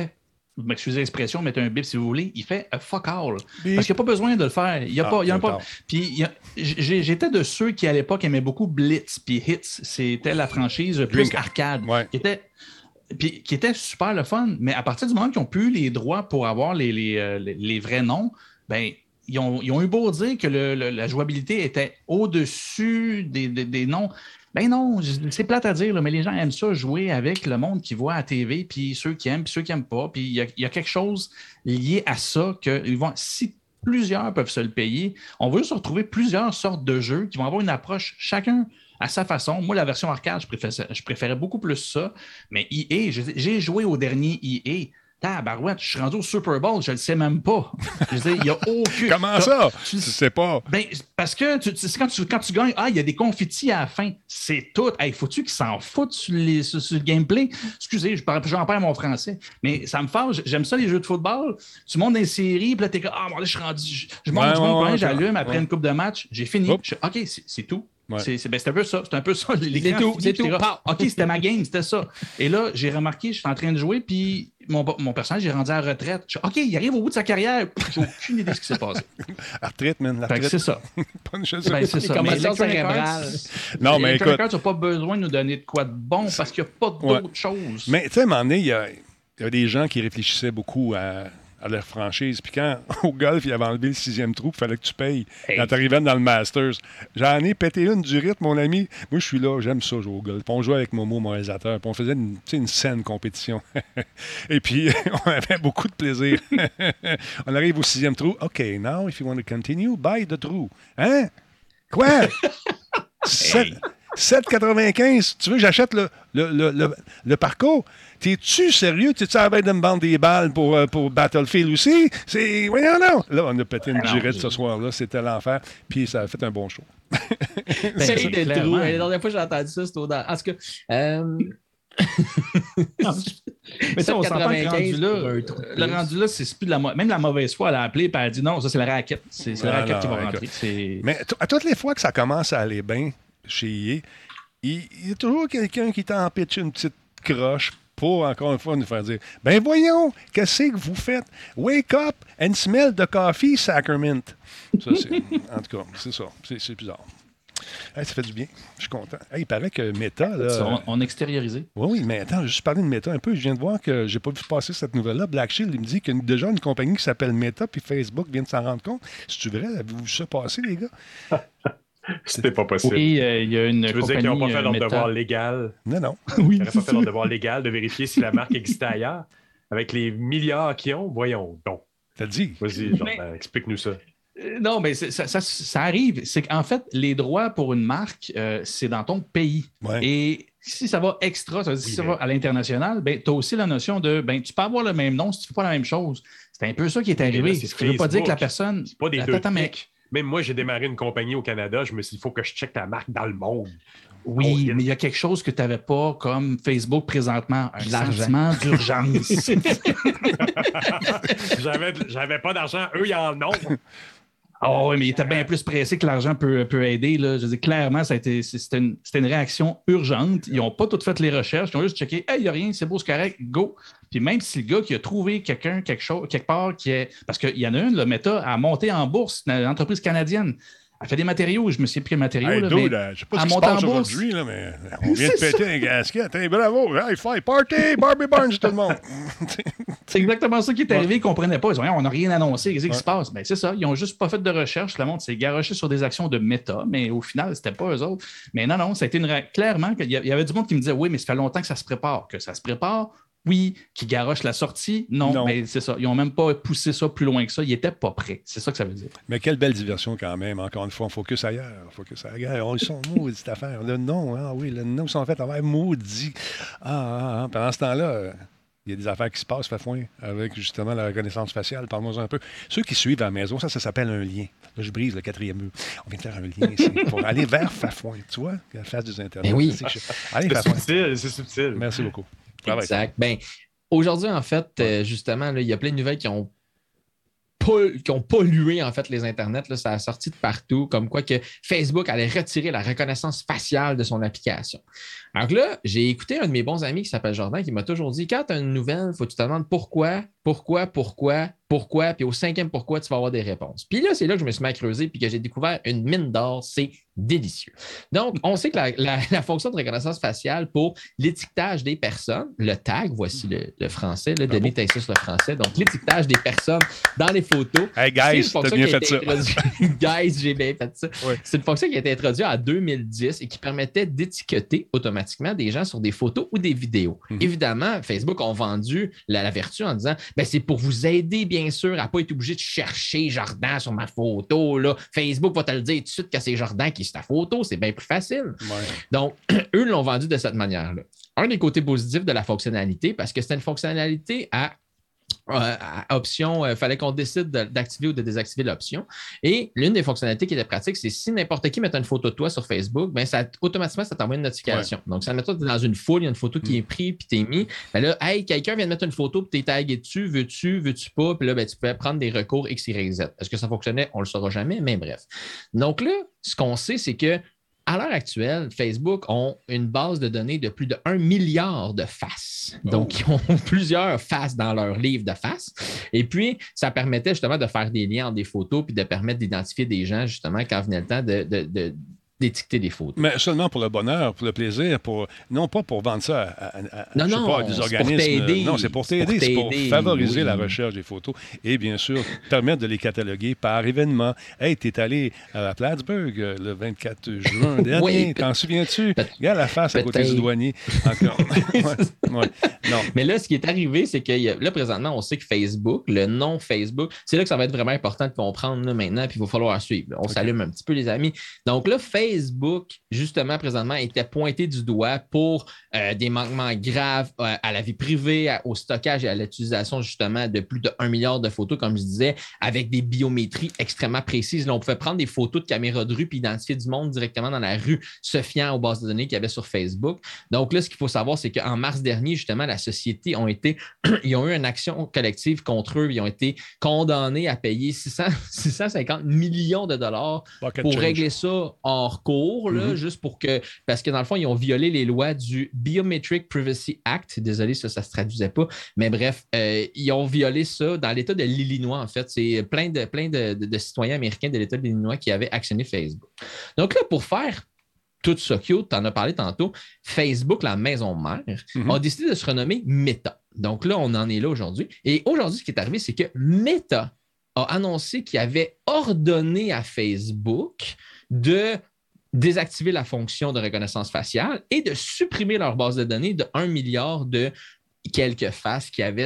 vous m'excusez l'expression, mettez un bip si vous voulez, il fait fuck all. Beep. Parce qu'il n'y a pas besoin de le faire. Il y a pas. Puis j'étais de ceux qui, à l'époque, aimaient beaucoup Blitz puis Hits. C'était la franchise plus arcade. Ouais. Qui était super le fun. Mais à partir du moment qu'ils ont pu les droits pour avoir les vrais noms, ben ils ont eu beau dire que la jouabilité était au-dessus des noms. Ben non, c'est plate à dire, là, mais les gens aiment ça jouer avec le monde qui voit à la TV, puis ceux qui aiment, puis ceux qui n'aiment pas. Puis il y a quelque chose lié à ça que si plusieurs peuvent se le payer, on va juste retrouver plusieurs sortes de jeux qui vont avoir une approche chacun à sa façon. Moi, la version arcade, je préférais beaucoup plus ça. Mais EA, j'ai joué au dernier EA. Barouette, je suis rendu au Super Bowl, je le sais même pas. Je veux dire, il n'y a aucune... Comment ça? Tu sais pas. Ben, parce que quand tu gagnes, il y a des confettis à la fin. C'est tout. Hey, faut-tu qu'ils s'en foutent sur le gameplay? Excusez, j'en perds mon français. Mais ça me fâche. J'aime ça, les jeux de football. Tu montes dans les séries, puis là, t'es comme, moi, je suis rendu... Je monte du bon, j'allume, après une coupe de match, j'ai fini. OK, c'est tout. Ouais. C'est un peu ça. C'est un peu ça. C'est tout. OK, c'était ma game, c'était ça. Et là, j'ai remarqué, je suis en train de jouer, puis mon personnage est rendu à la retraite. OK, il arrive au bout de sa carrière. J'ai aucune idée de ce qui s'est passé. La retraite, man. La retraite. C'est ça. C'est ça. Commotion cérébrale. Non, mais écoute. Tu n'as pas besoin de nous donner de quoi de bon parce qu'il n'y a pas d'autre chose. Mais tu sais, à un moment donné, il y avait des gens qui réfléchissaient beaucoup à leur franchise. Puis quand, au golf, il avait enlevé le 6e trou, il fallait que tu payes quand tu arrivais dans le Masters. J'en ai pété une du rythme, mon ami. Moi, je suis là, j'aime ça jouer au golf. Puis on jouait avec Momo, mon réalisateur. Puis on faisait une saine compétition. Et puis, on avait beaucoup de plaisir. On arrive au 6e trou. OK, now, if you want to continue, buy the trou. Hein? Quoi? 7,95. Tu veux que j'achète le parcours? T'es-tu sérieux? T'es-tu à la veille de me vendre des balles pour Battlefield aussi? Voyons non! Là, on a pété une durée ce soir-là. C'était l'enfer. Puis ça a fait un bon show. C'est la dernière fois que j'ai entendu ça, c'était au... En tout cas... Mais ça, on s'entend que le rendu là, c'est plus de même la mauvaise foi, elle a appelé et elle a dit non, ça c'est la raquette. C'est la raquette qui va rentrer. Mais à toutes les fois que ça commence à aller bien chez EA, il y a toujours quelqu'un qui t'en pitch une petite croche pour, encore une fois, nous faire dire « Ben voyons, qu'est-ce que vous faites? Wake up and smell the coffee, Sacrament. » Ça, en tout cas, c'est ça. C'est bizarre. Hey, ça fait du bien. Je suis content. Hey, il paraît que Meta... Là, on extériorisé. Oui, mais attends, juste parler de Meta un peu. Je viens de voir que j'ai pas vu passer cette nouvelle-là. Black Shield, il me dit qu'il y a déjà une compagnie qui s'appelle Meta, puis Facebook vient de s'en rendre compte. C'est-tu vrai? Avez-vous vu ça passer, les gars? C'était pas possible. Oui, il y a une compagnie... Je veux dire qu'ils n'ont pas fait leur devoir légal. Non. Oui, ils n'auraient pas fait leur devoir légal de vérifier si la marque existait ailleurs. Avec les milliards qu'ils ont, voyons donc. T'as dit? Vas-y, explique-nous ça. Non, mais ça arrive. C'est qu'en fait, les droits pour une marque, c'est dans ton pays. Ouais. Et si ça va extra, ça veut dire si ça va à l'international, ben, tu as aussi la notion de tu peux avoir le même nom si tu ne fais pas la même chose. C'est un peu ça qui est arrivé. Ça ne veut pas dire que la personne... C'est pas des deux clics. Même moi, j'ai démarré une compagnie au Canada. Je me suis dit, il faut que je check ta marque dans le monde. Oui, mais il y a quelque chose que tu n'avais pas comme Facebook présentement. Un sentiment d'urgence. J'avais pas d'argent. Eux, ils en ont. Oh oui, mais il était bien plus pressé que l'argent peut aider. Là. Je veux dire, clairement, c'était une réaction urgente. Ils n'ont pas tout fait les recherches. Ils ont juste checké. Hey, il n'y a rien, c'est beau, c'est correct, go. Puis même si le gars qui a trouvé quelque part qui est. Parce qu'il y en a une, le Meta a monté en bourse, une entreprise canadienne. Elle fait des matériaux, je me sais plus quel matériau. Hey, là, je ne sais pas ce qui se passe aujourd'hui, là, mais on vient de péter un gasket. Hey, bravo, high five, party, Barbie Barnes, tout le monde. C'est exactement ça qui est arrivé, ils ne comprenaient pas. Ils ont dit, on n'a rien annoncé, qu'est-ce qui se passe? Ben, c'est ça, ils n'ont juste pas fait de recherche. Le monde s'est garoché sur des actions de Meta, mais au final, c'était pas eux autres. Mais non, ça a été clairement, il y avait du monde qui me disait, oui, mais ça fait longtemps que ça se prépare. Que ça se prépare, oui, qui garoche la sortie. Non, mais c'est ça. Ils n'ont même pas poussé ça plus loin que ça. Ils n'étaient pas prêts. C'est ça que ça veut dire. Mais quelle belle diversion quand même. Encore une fois, on focus ailleurs. On ils sont maudits, cette affaire. Le nom, le nom sont faits envers maudit. Pendant ce temps-là, il y a des affaires qui se passent, Fafouin, avec justement la reconnaissance faciale. Parle-moi un peu. Ceux qui suivent à la maison, ça s'appelle un lien. Là, je brise le 4e mur. On vient de faire un lien ici pour aller vers Fafouin. Tu vois, la face des internets. Mais oui. Allez, Fafouin. C'est subtil. Merci beaucoup. Exact. Ben, aujourd'hui, en fait, justement, là, il y a plein de nouvelles qui ont qui ont pollué en fait les internets. Là, ça a sorti de partout, comme quoi que Facebook allait retirer la reconnaissance faciale de son application. Alors là, j'ai écouté un de mes bons amis qui s'appelle Jordan qui m'a toujours dit, quand tu as une nouvelle, il faut que tu te demandes pourquoi, puis au 5e pourquoi, tu vas avoir des réponses. Puis là, c'est là que je me suis mis à creuser puis que j'ai découvert une mine d'or. C'est délicieux. Donc, on sait que la fonction de reconnaissance faciale pour l'étiquetage des personnes, le tag, voici le français, là, Denis Texas le français, donc l'étiquetage des personnes dans les photos. Hey guys, t'as bien fait ça. Guys, j'ai bien fait ça. Ouais. C'est une fonction qui a été introduite en 2010 et qui permettait d'étiqueter automatiquement des gens sur des photos ou des vidéos. Évidemment, Facebook ont vendu la vertu en disant, c'est pour vous aider, bien sûr, à ne pas être obligé de chercher Jordan sur ma photo. Là. Facebook va te le dire tout de suite que c'est Jordan qui est ta photo, c'est bien plus facile. Ouais. Donc, eux l'ont vendu de cette manière-là. Un des côtés positifs de la fonctionnalité, parce que c'était une fonctionnalité à option, il fallait qu'on décide d'activer ou de désactiver l'option. Et l'une des fonctionnalités qui était pratique, c'est si n'importe qui met une photo de toi sur Facebook, automatiquement, ça t'envoie une notification. Ouais. Donc, ça met toi dans une foule, il y a une photo qui est prise, puis t'es mis. Là, hey, quelqu'un vient de mettre une photo, puis t'es tagué dessus, veux-tu pas? Puis là, tu peux prendre des recours X, Y, Z. Est-ce que ça fonctionnait? On ne le saura jamais, mais bref. Donc là, ce qu'on sait, c'est que à l'heure actuelle, Facebook ont une base de données de plus de 1 milliard de faces. Donc, ils ont plusieurs faces dans leur livre de faces. Et puis, ça permettait justement de faire des liens entre des photos puis de permettre d'identifier des gens, justement, quand venait le temps d'étiqueter des photos. Mais seulement pour le bonheur, pour le plaisir, non pas pour vendre ça à des organismes. Non, c'est pour t'aider. C'est pour favoriser la recherche des photos et bien sûr, permettre de les cataloguer par événement. Hey, t'es allé à Plattsburgh le 24 juin dernier, t'en souviens-tu? Regarde la face à côté du douanier. Encore. Non. Mais là, ce qui est arrivé, c'est que là, présentement, on sait que Facebook, le nom Facebook, c'est là que ça va être vraiment important de comprendre là, maintenant, puis il va falloir suivre. On s'allume un petit peu, les amis. Donc là, Facebook, justement, présentement, était pointé du doigt pour des manquements graves à la vie privée, au stockage et à l'utilisation, justement, de plus de 1 milliard de photos, comme je disais, avec des biométries extrêmement précises. Là, on pouvait prendre des photos de caméras de rue puis identifier du monde directement dans la rue, se fiant aux bases de données qu'il y avait sur Facebook. Donc là, ce qu'il faut savoir, c'est qu'en mars dernier, justement, la société ils ont eu une action collective contre eux. Ils ont été condamnés à payer 650 millions de dollars pour régler ça hors cours, là, juste parce que dans le fond, ils ont violé les lois du Biometric Privacy Act. Désolé, ça ne se traduisait pas. Mais bref, ils ont violé ça dans l'État de l'Illinois, en fait. C'est plein de citoyens américains de l'État de l'Illinois qui avaient actionné Facebook. Donc là, pour faire tout ça cute, tu en as parlé tantôt, Facebook, la maison mère, a décidé de se renommer Meta. Donc là, on en est là aujourd'hui. Et aujourd'hui, ce qui est arrivé, c'est que Meta a annoncé qu'il avait ordonné à Facebook de désactiver la fonction de reconnaissance faciale et de supprimer leur base de données de 1 milliard de quelques faces qu'il y avait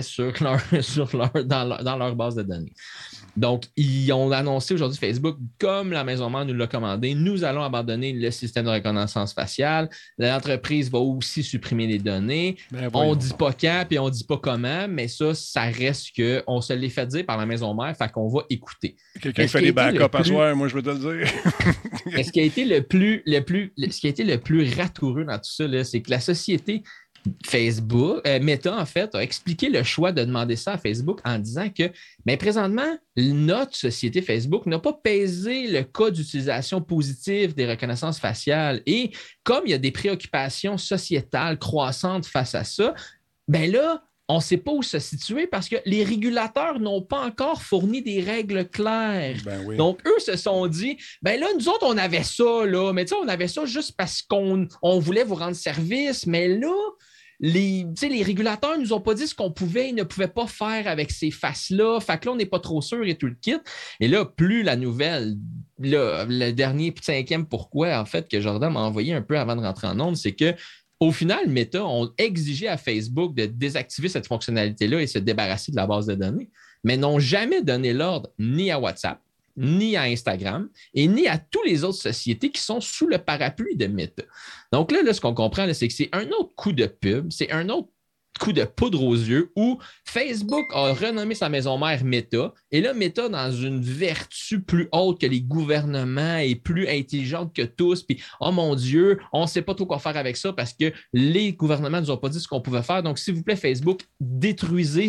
dans leur base de données. Donc, ils ont annoncé aujourd'hui Facebook, comme la maison mère nous l'a commandé, nous allons abandonner le système de reconnaissance faciale. L'entreprise va aussi supprimer les données. On ne dit pas quand puis on ne dit pas comment, mais ça reste qu'on se l'est fait dire par la maison mère, fait qu'on va écouter. Quelqu'un qui fait des backups à soir, moi je veux te le dire. Ce qui a été le plus ratoureux dans tout ça, là, c'est que la société Facebook, Meta, en fait, a expliqué le choix de demander ça à Facebook en disant que, présentement, notre société Facebook n'a pas pesé le cas d'utilisation positive des reconnaissances faciales. Et comme il y a des préoccupations sociétales croissantes face à ça, là, on ne sait pas où se situer parce que les régulateurs n'ont pas encore fourni des règles claires. Oui. Donc, eux se sont dit, là, nous autres, on avait ça, là, mais on avait ça juste parce qu'on voulait vous rendre service, mais là, les régulateurs ne nous ont pas dit ce qu'on pouvait et ne pouvaient pas faire avec ces faces-là. Fait que là, on n'est pas trop sûr et tout le kit. Et là, plus la nouvelle, le dernier 5e pourquoi, en fait, que Jordan m'a envoyé un peu avant de rentrer en ondes, c'est que au final, Meta ont exigé à Facebook de désactiver cette fonctionnalité-là et se débarrasser de la base de données, mais n'ont jamais donné l'ordre ni à WhatsApp, ni à Instagram et ni à toutes les autres sociétés qui sont sous le parapluie de Meta. Donc là ce qu'on comprend, c'est que c'est un autre coup de pub, c'est un autre coup de poudre aux yeux où Facebook a renommé sa maison mère Meta. Et là, Meta, dans une vertu plus haute que les gouvernements et plus intelligente que tous, puis oh mon Dieu, on ne sait pas trop quoi faire avec ça parce que les gouvernements ne nous ont pas dit ce qu'on pouvait faire. Donc, s'il vous plaît, Facebook, détruisez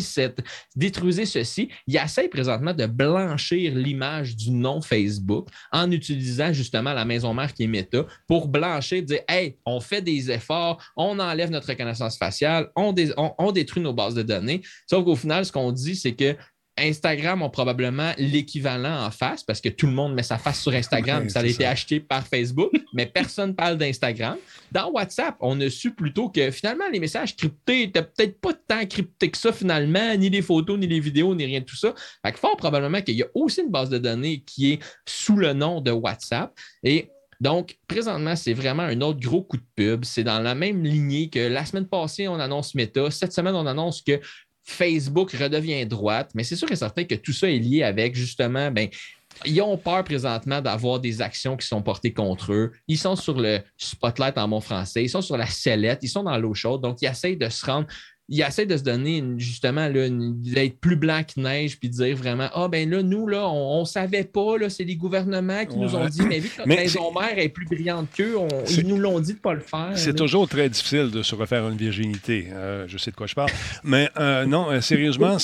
ceci. Il essaie présentement de blanchir l'image du nom Facebook en utilisant justement la maison mère qui est Meta pour blanchir, dire « Hey, on fait des efforts, on enlève notre reconnaissance faciale, on détruit nos bases de données. » Sauf qu'au final, ce qu'on dit, c'est que Instagram ont probablement l'équivalent en face parce que tout le monde met sa face sur Instagram. Ouais, ça a été acheté par Facebook, mais personne ne parle d'Instagram. Dans WhatsApp, on a su plutôt que finalement, les messages cryptés n'étaient peut-être pas tant cryptés que ça finalement, ni les photos, ni les vidéos, ni rien de tout ça. Fait que fort probablement qu'il y a aussi une base de données qui est sous le nom de WhatsApp. Et donc, présentement, c'est vraiment un autre gros coup de pub. C'est dans la même lignée que la semaine passée, on annonce Meta. Cette semaine, on annonce que Facebook redevient droite, mais c'est sûr et certain que tout ça est lié avec, justement, ils ont peur présentement d'avoir des actions qui sont portées contre eux. Ils sont sur le spotlight en bon français, ils sont sur la sellette, ils sont dans l'eau chaude, donc ils essayent de se rendre... Ils essaient de se donner, justement, d'être plus blanc que neige puis de dire vraiment, nous, là, on ne savait pas, là, c'est les gouvernements qui nous ont dit, mais vu que notre maison mère est plus brillante qu'eux, ils nous l'ont dit de ne pas le faire. C'est toujours très difficile de se refaire une virginité. Je sais de quoi je parle. Mais non, sérieusement,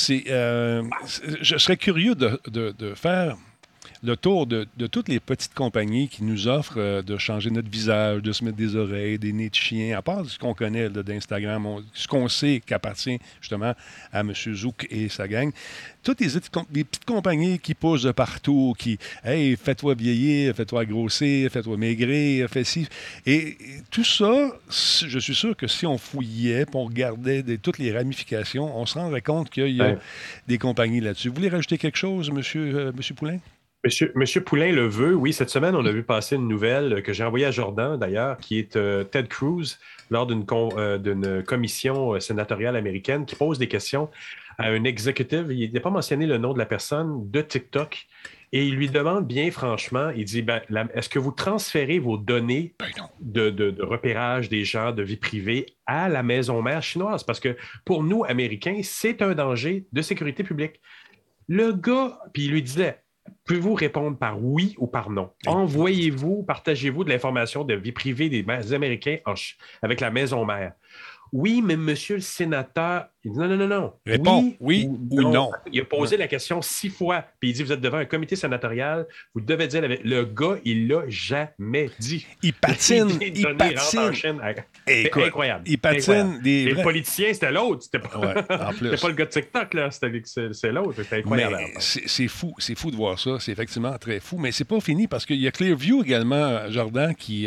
je serais curieux de faire le tour de toutes les petites compagnies qui nous offrent de changer notre visage, de se mettre des oreilles, des nez de chien, à part ce qu'on connaît d'Instagram, ce qu'on sait qu'appartient justement à M. Zouk et sa gang. Toutes les petites compagnies qui poussent de partout, qui « Hey, fais-toi vieillir, fais-toi grossir, fais-toi maigrir, fais ci. » Et tout ça, je suis sûr que si on fouillait, puis on regardait toutes les ramifications, on se rendrait compte qu'il y a des compagnies là-dessus. Vous voulez rajouter quelque chose, M. Poulain? Monsieur Poulain le veut, oui. Cette semaine, on a vu passer une nouvelle que j'ai envoyée à Jordan, d'ailleurs, qui est Ted Cruz, lors d'une commission sénatoriale américaine, qui pose des questions à un exécutif. Il n'a pas mentionné le nom de la personne de TikTok. Et il lui demande bien franchement, il dit, est-ce que vous transférez vos données de repérage des gens, de vie privée, à la maison mère chinoise? Parce que pour nous, Américains, c'est un danger de sécurité publique. Le gars, puis il lui disait, pouvez-vous répondre par oui ou par non? Envoyez-vous, partagez-vous de l'information de vie privée des Américains avec la maison mère. Oui, mais monsieur le sénateur, il dit non. Réponds oui ou non. Il a posé la question 6 fois, puis il dit, vous êtes devant un comité sénatorial, vous devez dire, le gars, il l'a jamais dit. Il patine. C'est incroyable. Il patine. Les politiciens, c'était l'autre. C'était pas le gars de TikTok, là. C'est l'autre. C'était incroyable. C'est fou de voir ça. C'est effectivement très fou. Mais c'est pas fini parce qu'il y a Clearview également, Jordan, qui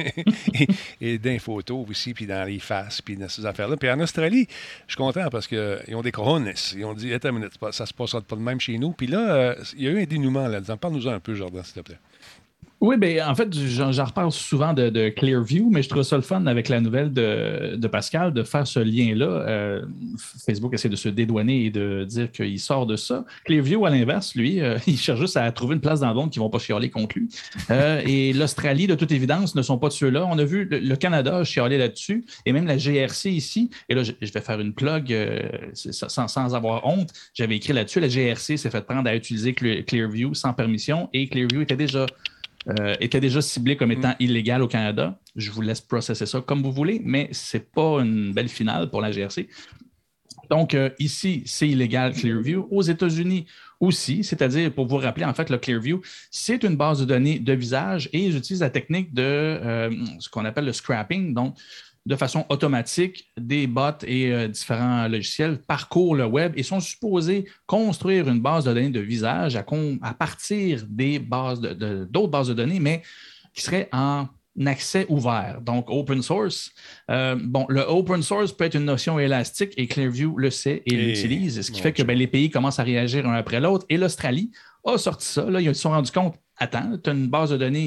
est dans les photos aussi, puis dans les faces, puis dans ces affaires-là. Puis en Australie, je suis content parce qu'ils ont des cojones. Ils ont dit, attends une minute, ça se passera pas de même chez nous. Puis là, il y a eu un dénouement là-dedans. Parle-nous-en un peu, Jordan, s'il te plaît. Oui, bien, en fait, j'en reparle souvent de Clearview, mais je trouve ça le fun avec la nouvelle de Pascal de faire ce lien-là. Facebook essaie de se dédouaner et de dire qu'il sort de ça. Clearview, à l'inverse, lui, il cherche juste à trouver une place dans le monde qui ne vont pas chialer contre lui. Et l'Australie, de toute évidence, ne sont pas de ceux-là. On a vu le Canada chialer là-dessus et même la GRC ici. Et là, je vais faire une plug sans avoir honte. J'avais écrit là-dessus, la GRC s'est fait prendre à utiliser Clearview sans permission et Clearview était déjà ciblé comme étant illégal au Canada. Je vous laisse processer ça comme vous voulez, mais ce n'est pas une belle finale pour la GRC. Donc, ici, c'est illégal Clearview. Aux États-Unis aussi, c'est-à-dire, pour vous rappeler, en fait, le Clearview, c'est une base de données de visage et ils utilisent la technique de ce qu'on appelle le scrapping, donc de façon automatique, des bots et différents logiciels parcourent le web et sont supposés construire une base de données de visage à partir des bases d'autres bases de données, mais qui seraient en accès ouvert, donc open source. Le open source peut être une notion élastique et Clearview le sait et l'utilise, ce qui fait que les pays commencent à réagir un après l'autre. Et l'Australie a sorti ça. Là, ils se sont rendus compte, attends, tu as une base de données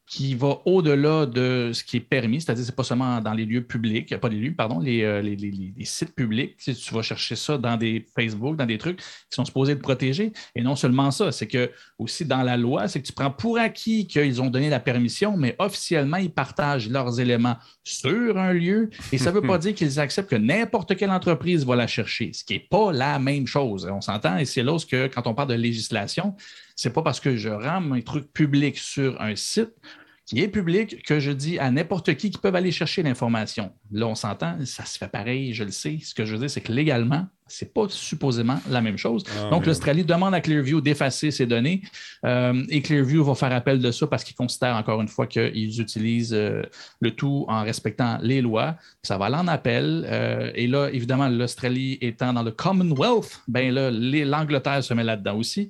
qui va au-delà de ce qui est permis, c'est-à-dire c'est pas seulement dans les lieux publics, pas les lieux, pardon, les sites publics. Tu vas chercher ça dans des Facebook, dans des trucs qui sont supposés être protégés. Et non seulement ça, c'est que aussi dans la loi, c'est que tu prends pour acquis qu'ils ont donné la permission, mais officiellement, ils partagent leurs éléments sur un lieu. Et ça ne veut pas dire qu'ils acceptent que n'importe quelle entreprise va la chercher, ce qui n'est pas la même chose. On s'entend, et c'est là que quand on parle de législation, c'est pas parce que je rame un truc public sur un site qui est public que je dis à n'importe qui peuvent aller chercher l'information. Là, on s'entend, ça se fait pareil, je le sais. Ce que je veux dire, c'est que légalement, ce n'est pas supposément la même chose. Donc, l'Australie demande à Clearview d'effacer ces données et Clearview va faire appel de ça parce qu'ils considèrent encore une fois qu'ils utilisent le tout en respectant les lois. Ça va aller en appel. Et là, évidemment, l'Australie étant dans le Commonwealth, bien là, l'Angleterre se met là-dedans aussi.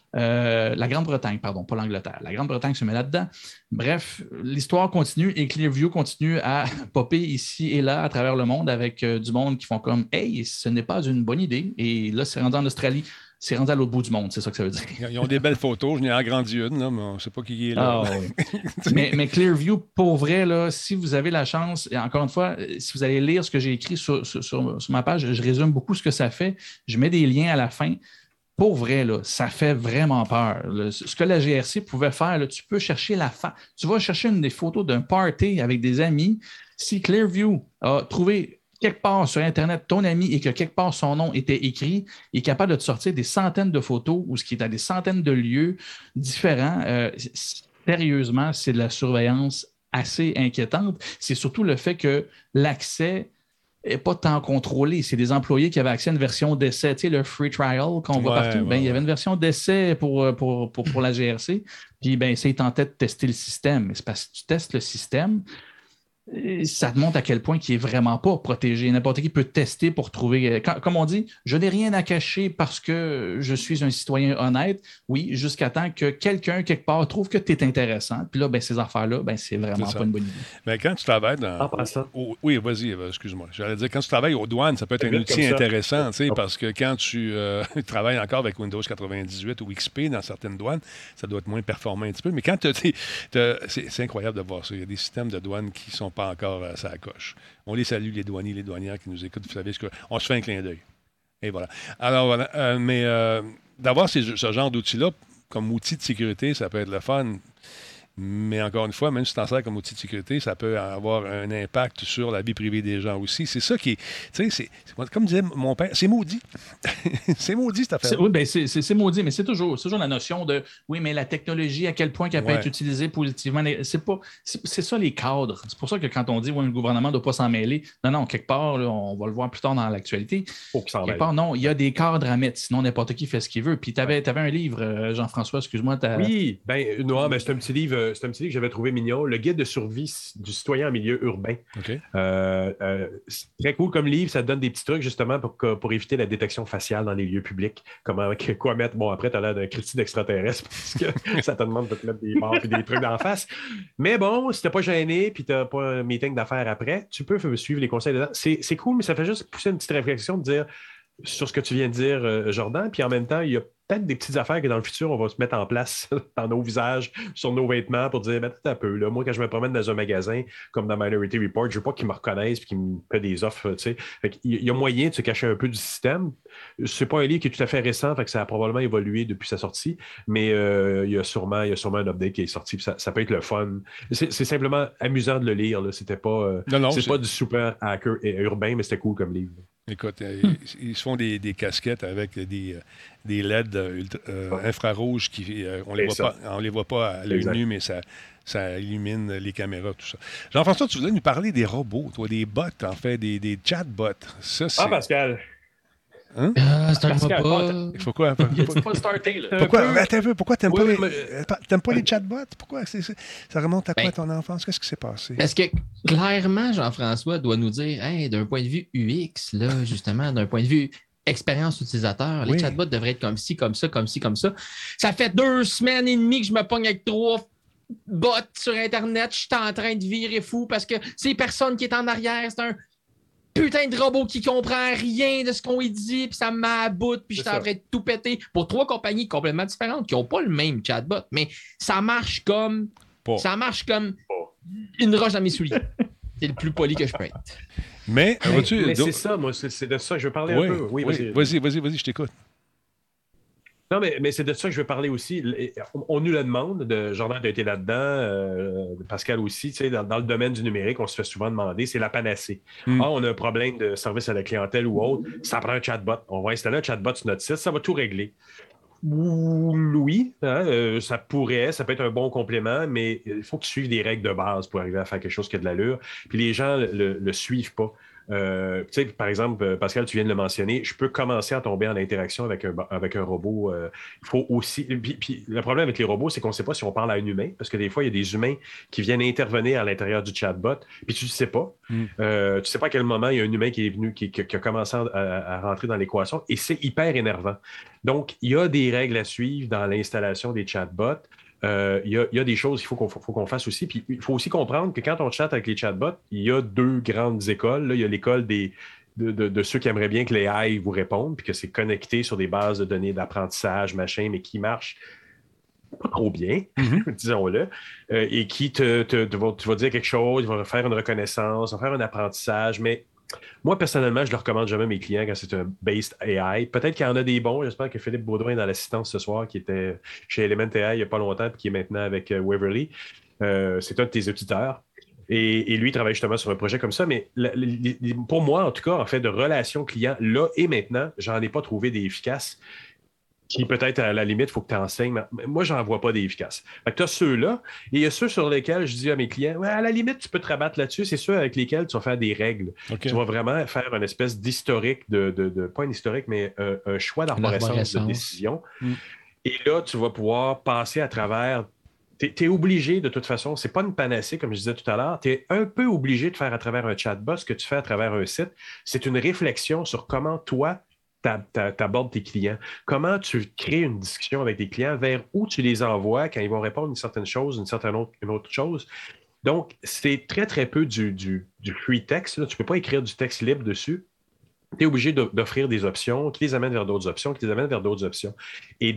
La Grande-Bretagne, pardon, pas l'Angleterre. La Grande-Bretagne se met là-dedans. Bref, l'histoire continue et Clearview continue à popper ici et là à travers le monde avec du monde qui font comme « Hey, ce n'est pas une bonne idée. » Et là, c'est rendu en Australie. C'est rendu à l'autre bout du monde, c'est ça que ça veut dire. Ils ont des belles photos. Je n'ai agrandi une, là, mais on ne sait pas qui est là. mais Clearview, pour vrai, là, si vous avez la chance, et encore une fois, si vous allez lire ce que j'ai écrit sur ma page, je résume beaucoup ce que ça fait. Je mets des liens à la fin. Pour vrai, là, ça fait vraiment peur. Ce que la GRC pouvait faire, là, tu peux chercher tu vas chercher une des photos d'un party avec des amis. Si Clearview a trouvé quelque part sur Internet ton ami et que quelque part son nom était écrit, il est capable de te sortir des centaines de photos ou ce qui est dans des centaines de lieux différents. Sérieusement, c'est de la surveillance assez inquiétante. C'est surtout le fait que l'accès n'est pas tant contrôlé. C'est des employés qui avaient accès à une version d'essai, tu sais, le free trial qu'on voit partout. Il y avait une version d'essai pour la GRC. Puis, ça, ils tentaient de tester le système. Mais c'est parce que tu testes le système, ça te montre à quel point il n'est vraiment pas protégé. N'importe qui peut tester pour trouver... Comme on dit, je n'ai rien à cacher parce que je suis un citoyen honnête. Oui, jusqu'à temps que quelqu'un, quelque part, trouve que tu es intéressant. Puis là, ces affaires-là, c'est vraiment pas une bonne idée. Mais quand tu travailles dans... Oui, vas-y, excuse-moi. J'allais dire, quand tu travailles aux douanes, ça peut être un outil intéressant, parce que quand tu travailles encore avec Windows 98 ou XP dans certaines douanes, ça doit être moins performant un petit peu. Mais quand c'est incroyable de voir ça. Il y a des systèmes de douane qui sont pas encore à sa coche. On les salue, les douaniers, les douanières qui nous écoutent. Vous savez, on se fait un clin d'œil. Et voilà. Alors, voilà. Mais d'avoir ce genre d'outils-là comme outil de sécurité, ça peut être le fun. Mais encore une fois, même si tu t'en sers comme outil de sécurité, ça peut avoir un impact sur la vie privée des gens aussi. C'est ça qui est... Tu sais, comme disait mon père, c'est maudit. C'est maudit, cette affaire. Oui, c'est maudit, mais c'est toujours la notion de, oui, mais la technologie, à quel point elle peut être utilisée positivement. C'est ça les cadres. C'est pour ça que quand on dit, oui, le gouvernement ne doit pas s'en mêler, non, quelque part, là, on va le voir plus tard dans l'actualité. Quelque part, non, il y a des cadres à mettre, sinon n'importe qui fait ce qu'il veut. Puis tu avais un livre, Jean-François, excuse-moi. Oui, c'est un petit livre. C'est un petit livre que j'avais trouvé mignon, Le guide de survie du citoyen en milieu urbain. Okay. C'est très cool comme livre, ça te donne des petits trucs justement pour éviter la détection faciale dans les lieux publics. Quoi mettre, bon après tu as l'air d'un critique d'extraterrestre parce que ça te demande de te mettre des barres et des trucs d'en face. Mais bon, si t'es pas gêné puis t'as pas un meeting d'affaires après, tu peux suivre les conseils dedans. C'est cool, mais ça fait juste pousser une petite réflexion de dire sur ce que tu viens de dire, Jordan, puis en même temps, il y a peut-être des petites affaires que dans le futur, on va se mettre en place dans nos visages, sur nos vêtements, pour dire, peut-être un peu, là, moi, quand je me promène dans un magasin, comme dans Minority Report, je veux pas qu'ils me reconnaissent et qu'ils me fassent des offres, tu sais. Il y a moyen de se cacher un peu du système. C'est pas un livre qui est tout à fait récent, fait que ça a probablement évolué depuis sa sortie, mais il y a sûrement un update qui est sorti, ça peut être le fun. C'est simplement amusant de le lire, là. C'était pas, c'est pas du super hacker urbain, mais c'était cool comme livre. Écoute, ils se font des casquettes avec des LED infrarouges qui on les voit pas à l'œil nu, mais ça illumine les caméras, tout ça. Jean-François, tu voulais nous parler des robots, toi, des bots, en fait, des chatbots. Ça, c'est... Pascal. Hein? Start pas. Il faut quoi? Il a pas starté, là. Pourquoi t'aimes pas les chatbots? Pourquoi? Ça remonte à quoi ton enfance? Qu'est-ce qui s'est passé? Parce que clairement, Jean-François doit nous dire, hey, d'un point de vue UX, là, justement, d'un point de vue expérience utilisateur, les chatbots devraient être comme ci, comme ça, comme ci, comme ça. Ça fait 2 semaines et demie que je me pogne avec 3 bots sur Internet. Je suis en train de virer fou parce que c'est personne qui est en arrière. C'est un putain de robot qui comprend rien de ce qu'on lui dit, puis ça m'aboute, puis je suis en train de tout péter pour 3 compagnies complètement différentes qui n'ont pas le même chatbot, mais ça marche comme Ça marche comme une roche dans mes souliers. C'est le plus poli que je peux être. Mais c'est ça, moi, c'est de ça que je veux parler un peu. Oui, vas-y, je t'écoute. Non, mais c'est de ça que je veux parler aussi. On nous le demande, Jordan a été là-dedans, Pascal aussi, tu sais, dans le domaine du numérique, on se fait souvent demander, c'est la panacée. On a un problème de service à la clientèle ou autre, ça prend un chatbot. On va installer un chatbot sur notre site, ça va tout régler. Oui, ça peut être un bon complément, mais il faut que tu suives des règles de base pour arriver à faire quelque chose qui a de l'allure. Puis les gens le suivent pas. Tu sais, par exemple, Pascal, tu viens de le mentionner, je peux commencer à tomber en interaction avec un robot. Il faut aussi. Puis le problème avec les robots, c'est qu'on ne sait pas si on parle à un humain, parce que des fois, il y a des humains qui viennent intervenir à l'intérieur du chatbot, puis tu ne sais pas. Tu ne sais pas à quel moment il y a un humain qui est venu, qui a commencé à rentrer dans l'équation, et c'est hyper énervant. Donc, il y a des règles à suivre dans l'installation des chatbots. Il y a des choses qu'il faut qu'on fasse aussi. Puis il faut aussi comprendre que quand on chatte avec les chatbots, il y a deux grandes écoles. Là, il y a l'école de ceux qui aimeraient bien que les AI vous répondent, puis que c'est connecté sur des bases de données d'apprentissage, machin, mais qui marchent pas trop bien, disons-le, et qui tu vas dire quelque chose, il va faire une reconnaissance, il va faire un apprentissage, mais moi, personnellement, je ne le recommande jamais à mes clients quand c'est un based AI. Peut-être qu'il y en a des bons. J'espère que Philippe Baudouin est dans l'assistance ce soir, qui était chez Element AI il n'y a pas longtemps, puis qui est maintenant avec Waverly. C'est un de tes auditeurs. Et lui, il travaille justement sur un projet comme ça. Mais pour moi, en tout cas, en fait, de relation client, là et maintenant, j'en ai pas trouvé des efficaces. Qui peut-être, à la limite, il faut que tu enseignes. Mais moi, je n'en vois pas des efficaces. Fait que tu as ceux-là, et il y a ceux sur lesquels je dis à mes clients, ouais, à la limite, tu peux te rabattre là-dessus. C'est ceux avec lesquels tu vas faire des règles. Okay. Tu vas vraiment faire une espèce d'historique, pas un historique, mais un choix d'arborescence de décision. Et là, tu vas pouvoir passer à travers. Tu es obligé, de toute façon, c'est pas une panacée, comme je disais tout à l'heure, tu es un peu obligé de faire à travers un chatbot ce que tu fais à travers un site. C'est une réflexion sur comment toi, t'abordes tes clients. Comment tu crées une discussion avec tes clients, vers où tu les envoies quand ils vont répondre une certaine chose, une autre chose. Donc, c'est très, très peu du free text. Là. Tu ne peux pas écrire du texte libre dessus. Tu es obligé d'offrir des options qui les amènent vers d'autres options, qui les amènent vers d'autres options. Et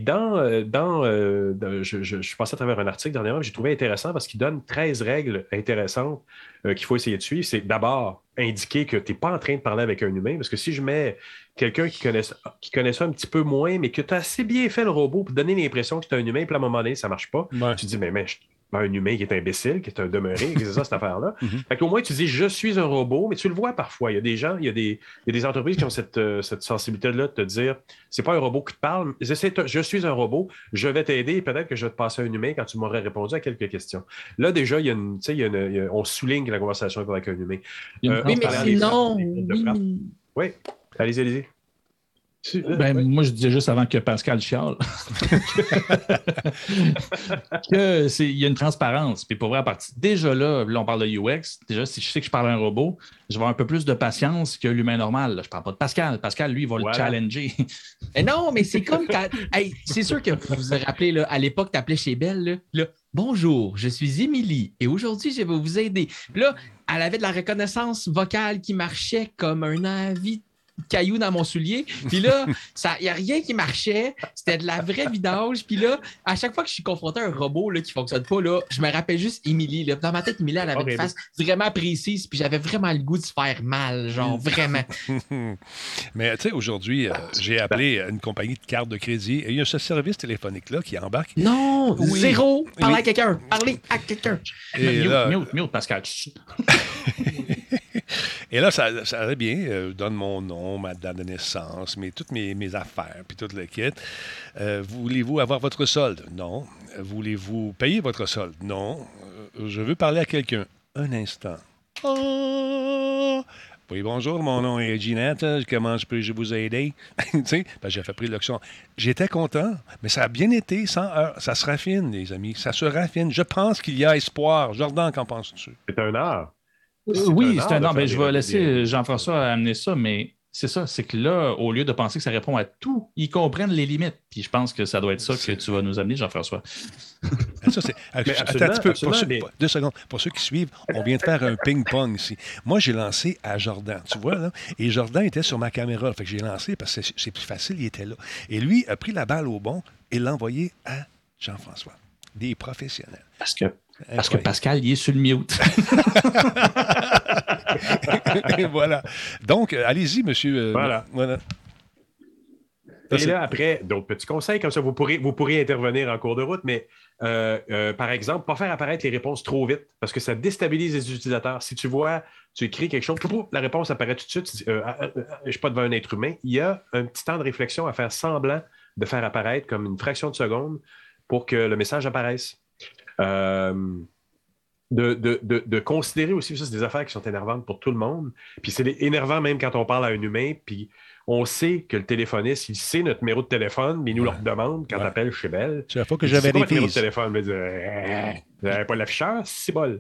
je suis passé à travers un article dernièrement que j'ai trouvé intéressant parce qu'il donne 13 règles intéressantes qu'il faut essayer de suivre. C'est d'abord indiquer que tu n'es pas en train de parler avec un humain, parce que si je mets quelqu'un qui connaît ça un petit peu moins, mais que tu as assez bien fait le robot pour donner l'impression que tu es un humain, puis à un moment donné, ça ne marche pas, tu te dis, mais un humain qui est imbécile, qui est un demeuré, c'est ça, cette affaire-là. Fait qu'au moins, tu dis, je suis un robot, mais tu le vois parfois. Il y a des gens, il y a des entreprises qui ont cette sensibilité-là de te dire, c'est pas un robot qui te parle, je suis un robot, je vais t'aider et peut-être que je vais te passer un humain quand tu m'aurais répondu à quelques questions. Là, déjà, on souligne que la conversation est avec un humain. Oui, mais sinon... Oui, allez-y. Moi, je disais juste avant que Pascal chiale qu'il y a une transparence. Puis pour vrai, à partir déjà là, on parle de UX. Déjà, si je sais que je parle à un robot, je vais avoir un peu plus de patience que l'humain normal. Là. Je ne parle pas de Pascal. Pascal, lui, il va le challenger. Non, mais c'est comme quand... c'est sûr que vous vous rappelez, là, à l'époque, tu appelais chez Belle, là, bonjour, je suis Émilie et aujourd'hui, je vais vous aider. Puis là, elle avait de la reconnaissance vocale qui marchait comme un avis caillou dans mon soulier. Puis là, il n'y a rien qui marchait. C'était de la vraie vidange. Puis là, à chaque fois que je suis confronté à un robot là, qui ne fonctionne pas, là, je me rappelle juste Émilie. Dans ma tête, Émilie, elle avait une face vraiment précise. Puis j'avais vraiment le goût de se faire mal. Genre, vraiment. Mais tu sais, aujourd'hui, j'ai appelé une compagnie de carte de crédit et il y a ce service téléphonique-là qui embarque. Non! Oui. Zéro! Parlez à quelqu'un! Parlez à quelqu'un! Mute, Pascal. Et là, ça allait bien. Donne mon nom, ma date de naissance, toutes mes affaires, puis tout le kit. Voulez-vous avoir votre solde? Non. Voulez-vous payer votre solde? Non. Je veux parler à quelqu'un. Un instant. Oh! Oui, bonjour, mon nom est Ginette. Comment peux-je vous aider? Tu sais, j'ai fait pris l'option. J'étais content, mais ça a bien été, sans heure. Ça se raffine, les amis. Ça se raffine. Je pense qu'il y a espoir. Jordan, qu'en penses-tu? C'est un art. Oui, c'est un art. Je vais laisser Jean-François amener ça, mais c'est ça. C'est que là, au lieu de penser que ça répond à tout, ils comprennent les limites. Puis je pense que ça doit être ça que tu vas nous amener, Jean-François. Ça, c'est... Attends un petit peu. 2 secondes. Pour ceux qui suivent, on vient de faire un ping-pong ici. Moi, j'ai lancé à Jordan, tu vois, là. Et Jordan était sur ma caméra. Fait que j'ai lancé parce que c'est plus facile, il était là. Et lui a pris la balle au bon et l'a envoyé à Jean-François. Des professionnels. Parce que Parce que Pascal, il est sur le mute. Voilà. Donc, allez-y, monsieur. Voilà. Et là, après, d'autres petits conseils, comme ça, vous pourrez intervenir en cours de route, mais par exemple, pas faire apparaître les réponses trop vite, parce que ça déstabilise les utilisateurs. Si tu écris quelque chose, la réponse apparaît tout de suite, tu dis, je ne suis pas devant un être humain. Il y a un petit temps de réflexion à faire semblant de faire apparaître comme une fraction de seconde pour que le message apparaisse. De considérer aussi, ça, c'est des affaires qui sont énervantes pour tout le monde. Puis c'est énervant même quand on parle à un humain, puis on sait que le téléphoniste, il sait notre numéro de téléphone, mais il nous le demande quand t'appelles chez Bell. C'est la fois que j'avais des numéro de téléphone, mais vous n'avez pas l'afficheur, c'est bol.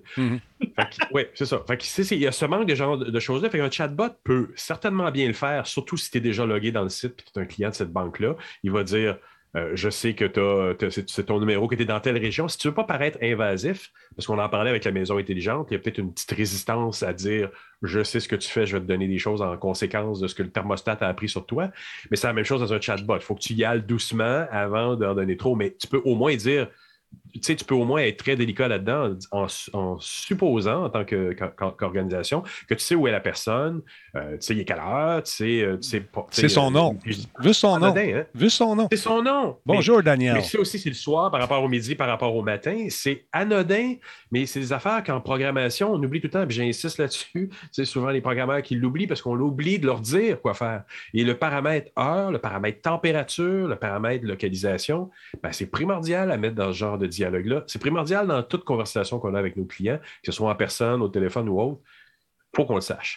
Oui, c'est ça. Fait que, il y a ce manque de genre de choses-là. Fait qu'un chatbot peut certainement bien le faire, surtout si tu es déjà logué dans le site et tu es un client de cette banque-là. Il va dire je sais que c'est ton numéro qui était dans telle région. Si tu ne veux pas paraître invasif, parce qu'on en parlait avec la maison intelligente, il y a peut-être une petite résistance à dire je sais ce que tu fais, je vais te donner des choses en conséquence de ce que le thermostat a appris sur toi. Mais c'est la même chose dans un chatbot. Il faut que tu y ailles doucement avant d'en donner trop. Mais tu peux au moins dire. Tu sais, tu peux au moins être très délicat là-dedans en supposant, en tant qu'organisation, que tu sais où est la personne, tu sais, il est quelle heure, tu sais pas. C'est son nom. Juste son nom. Hein? Juste son nom. C'est son nom. Bonjour, Daniel. Mais ça aussi, c'est le soir par rapport au midi, par rapport au matin. C'est anodin, mais c'est des affaires qu'en programmation, on oublie tout le temps. Puis j'insiste là-dessus. C'est souvent les programmeurs qui l'oublient parce qu'on l'oublie de leur dire quoi faire. Et le paramètre heure, le paramètre température, le paramètre localisation, ben, c'est primordial à mettre dans ce genre de dialogue-là. C'est primordial dans toute conversation qu'on a avec nos clients, que ce soit en personne, au téléphone ou autre. Il faut qu'on le sache.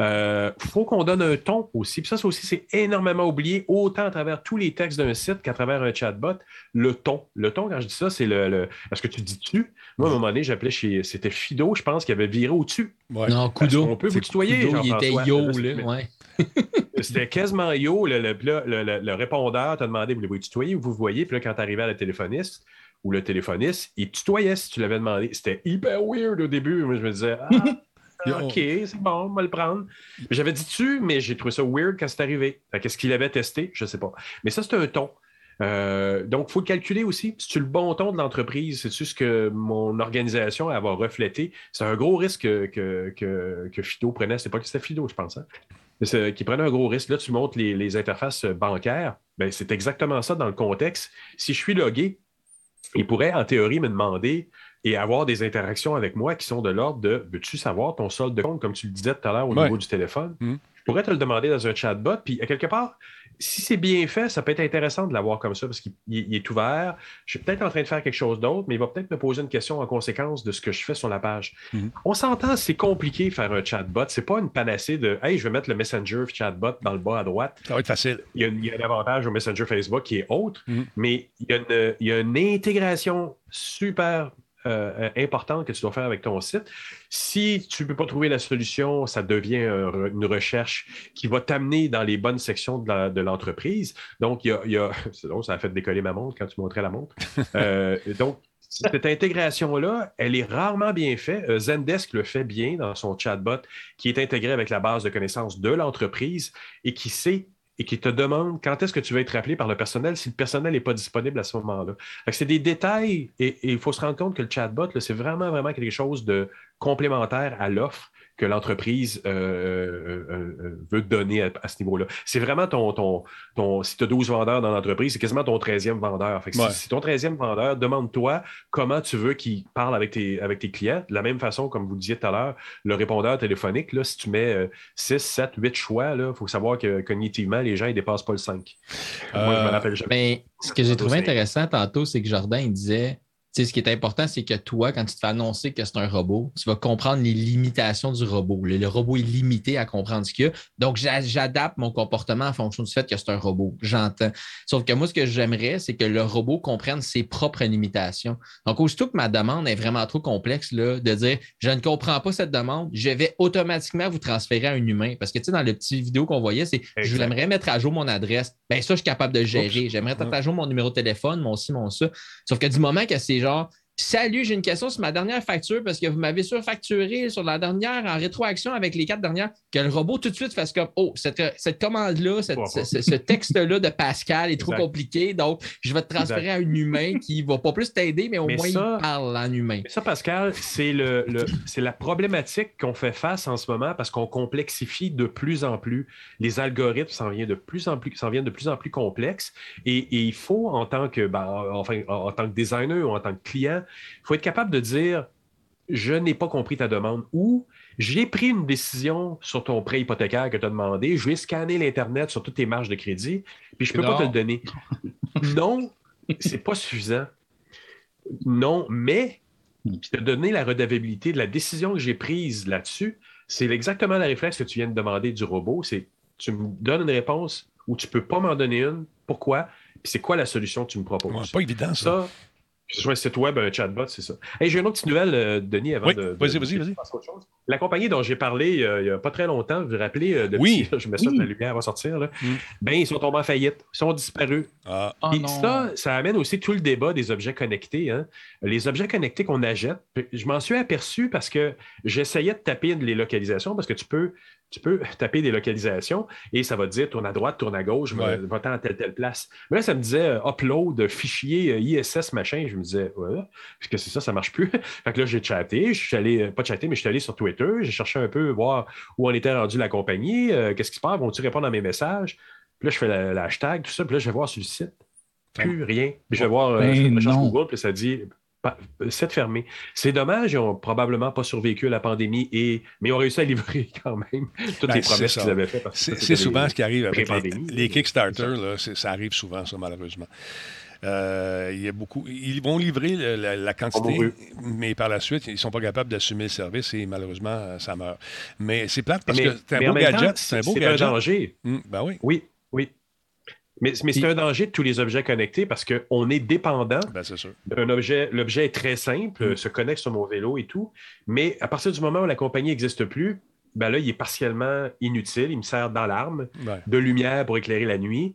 Il faut qu'on donne un ton aussi. Puis ça aussi, c'est énormément oublié, autant à travers tous les textes d'un site qu'à travers un chatbot. Le ton. Le ton, quand je dis ça, c'est est-ce que tu dis tu? Moi, à un moment donné, j'appelais c'était Fido, je pense, qui avait viré au-dessus. Ouais. Non, Kudo. On peut vous tutoyer. Kudo, il était yo, là. Ouais. C'était quasiment yo. Le répondeur t'a demandé, voulez-vous tutoyer ou vous voyez? Puis là, quand tu arrivais à la téléphoniste, ou le téléphoniste, il tutoyait si tu l'avais demandé. C'était hyper weird au début. Moi, je me disais, OK, c'est bon, on va le prendre. J'avais dit tu, mais j'ai trouvé ça weird quand c'est arrivé. Qu'est-ce qu'il avait testé? Je ne sais pas. Mais ça, c'est un ton. Donc, il faut le calculer aussi. C'est-tu le bon ton de l'entreprise? C'est-tu ce que mon organisation va refléter? C'est un gros risque que Fido prenait. C'est pas que c'était Fido, je pense. Hein? Qui prenait un gros risque. Là, tu montres les interfaces bancaires. Ben, c'est exactement ça dans le contexte. Si je suis logué, il pourrait, en théorie, me demander et avoir des interactions avec moi qui sont de l'ordre de « Veux-tu savoir ton solde de compte, comme tu le disais tout à l'heure au niveau du téléphone? Je pourrais te le demander dans un chatbot. Puis, à quelque part, si c'est bien fait, ça peut être intéressant de l'avoir comme ça parce qu'il est ouvert. Je suis peut-être en train de faire quelque chose d'autre, mais il va peut-être me poser une question en conséquence de ce que je fais sur la page. On s'entend, c'est compliqué de faire un chatbot. C'est pas une panacée de « Hey, je vais mettre le Messenger chatbot dans le bas à droite. » Ça va être facile. Il y a un avantage au Messenger Facebook qui est autre, mais il y a une intégration super importante que tu dois faire avec ton site. Si tu ne peux pas trouver la solution, ça devient une recherche qui va t'amener dans les bonnes sections de l'entreprise. Donc, c'est drôle, ça a fait décoller ma montre quand tu montrais la montre. Donc, cette intégration-là, elle est rarement bien faite. Zendesk le fait bien dans son chatbot qui est intégré avec la base de connaissances de l'entreprise et qui sait et qui te demande quand est-ce que tu veux être rappelé par le personnel si le personnel n'est pas disponible à ce moment-là. C'est des détails et il faut se rendre compte que le chatbot, là, c'est vraiment, vraiment quelque chose de complémentaire à l'offre que l'entreprise veut donner à ce niveau-là. C'est vraiment si tu as 12 vendeurs dans l'entreprise, c'est quasiment ton 13e vendeur. Fait que si ton 13e vendeur, demande-toi comment tu veux qu'il parle avec tes clients. De la même façon, comme vous le disiez tout à l'heure, le répondeur téléphonique, là, si tu mets 6, 7, 8 choix, il faut savoir que cognitivement, les gens ne dépassent pas le 5. Moi, je me rappelle jamais. Mais ce que j'ai trouvé intéressant tantôt, c'est que Jordan, il disait... Tu sais, ce qui est important, c'est que toi, quand tu te fais annoncer que c'est un robot, tu vas comprendre les limitations du robot. Le robot est limité à comprendre ce qu'il y a. Donc, j'adapte mon comportement en fonction du fait que c'est un robot. J'entends. Sauf que moi, ce que j'aimerais, c'est que le robot comprenne ses propres limitations. Donc, aussitôt que ma demande est vraiment trop complexe, là, de dire « Je ne comprends pas cette demande, je vais automatiquement vous transférer à un humain. » Parce que, tu sais, dans le petit vidéo qu'on voyait, c'est « Je voudrais mettre à jour mon adresse. » Bien, ça, je suis capable de gérer. J'aimerais mettre à jour mon numéro de téléphone, mon ci, mon ça. Sauf que du moment que c'est genre, Salut, j'ai une question sur ma dernière facture parce que vous m'avez surfacturé sur la dernière en rétroaction avec les 4 dernières. Que le robot tout de suite fasse comme cette commande-là, ce texte-là de Pascal est trop compliqué, donc je vais te transférer à un humain qui va pas plus t'aider, mais au moins il parle en humain. Ça, Pascal, c'est la problématique qu'on fait face en ce moment parce qu'on complexifie de plus en plus. Les algorithmes s'en viennent de plus en plus complexes et il faut, en tant que designer ou en tant que client, il faut être capable de dire « Je n'ai pas compris ta demande » ou « J'ai pris une décision sur ton prêt hypothécaire que tu as demandé, je vais scanner l'Internet sur toutes tes marges de crédit, puis je ne peux pas te le donner. » Non, c'est pas suffisant. Non, mais te donner la redevabilité de la décision que j'ai prise là-dessus, c'est exactement la réflexe que tu viens de demander du robot. C'est tu me donnes une réponse ou tu ne peux pas m'en donner une. Pourquoi? Puis c'est quoi la solution que tu me proposes? Ouais, pas évident, ça. Que ce soit un site web, un chatbot, c'est ça. Hey, j'ai une autre petite nouvelle, Denis, avant de Vas-y. passer à autre chose. La compagnie dont j'ai parlé il n'y a pas très longtemps, vous vous rappelez, je mets ça de la lumière, va sortir, là. Ben, ils sont tombés en faillite, ils sont disparus. Et ça amène aussi tout le débat des objets connectés. Hein. Les objets connectés qu'on achète, je m'en suis aperçu parce que j'essayais de taper les localisations, parce que tu peux taper des localisations et ça va te dire tourne à droite, tourne à gauche, va-t'en à telle place. Mais là, ça me disait upload, fichier ISS, machin. Je me disais, ouais, puisque c'est ça, ça marche plus. Fait que là, j'ai chatté, je suis allé sur Twitter, j'ai cherché un peu voir où on était rendu la compagnie, qu'est-ce qui se passe, vont-ils répondre à mes messages? Puis là, je fais l'hashtag, tout ça, puis là, je vais voir sur le site. Plus rien. Puis je vais voir, je recherche Google, puis ça dit site fermé. C'est dommage, ils n'ont probablement pas survécu à la pandémie, mais ils ont réussi à livrer quand même toutes les promesses qu'ils avaient faites. C'est souvent ce qui arrive avec les Kickstarter, là, ça arrive souvent, ça, malheureusement. Il y a beaucoup. Ils vont livrer la quantité, mais par la suite, ils ne sont pas capables d'assumer le service et malheureusement, ça meurt. Mais c'est plate parce que c'est un beau gadget. C'est un danger. Ben oui. Oui. Mais c'est un danger de tous les objets connectés parce qu'on est dépendant d'un objet. L'objet est très simple, se connecte sur mon vélo et tout, mais à partir du moment où la compagnie n'existe plus, ben là, il est partiellement inutile. Il me sert d'alarme, de lumière pour éclairer la nuit.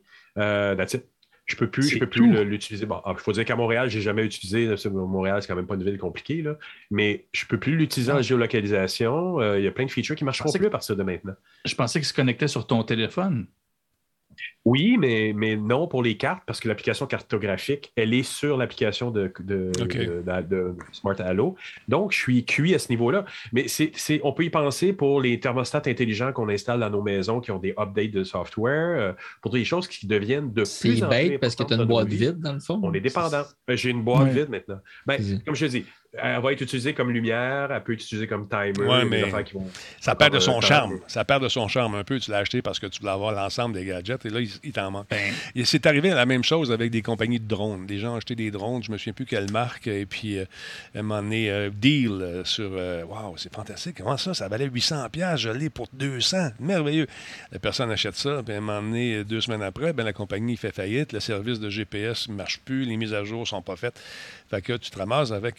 Je peux plus l'utiliser. Bon, il faut dire qu'à Montréal, je n'ai jamais utilisé. Montréal, c'est quand même pas une ville compliquée, là, mais je ne peux plus l'utiliser en géolocalisation. Il y a plein de features qui ne marcheront plus à partir de maintenant. Je pensais qu'il se connectait sur ton téléphone. Oui, mais non pour les cartes, parce que l'application cartographique, elle est sur l'application de Smart Allo. Donc, je suis cuit à ce niveau-là. Mais on peut y penser pour les thermostats intelligents qu'on installe dans nos maisons, qui ont des updates de software, pour des choses qui deviennent de plus en plus... C'est bête parce que tu as une boîte vide, dans le fond. On est dépendant. J'ai une boîte vide maintenant. Comme je te dis, elle va être utilisée comme lumière, elle peut être utilisée comme timer. Oui, mais ça perd de son charme. Ça perd de son charme un peu. Tu l'as acheté parce que tu voulais avoir l'ensemble des gadgets et là, il t'en manque. C'est arrivé la même chose avec des compagnies de drones. Les gens ont acheté des drones, je ne me souviens plus quelle marque, et puis à un moment donné, deal sur wow, c'est fantastique. Comment ça? Ça valait 800$, je l'ai pour 200$. Merveilleux. La personne achète ça, puis à un moment donné, 2 semaines après, la compagnie fait faillite, le service de GPS ne marche plus, les mises à jour ne sont pas faites. Fait que tu te ramasses avec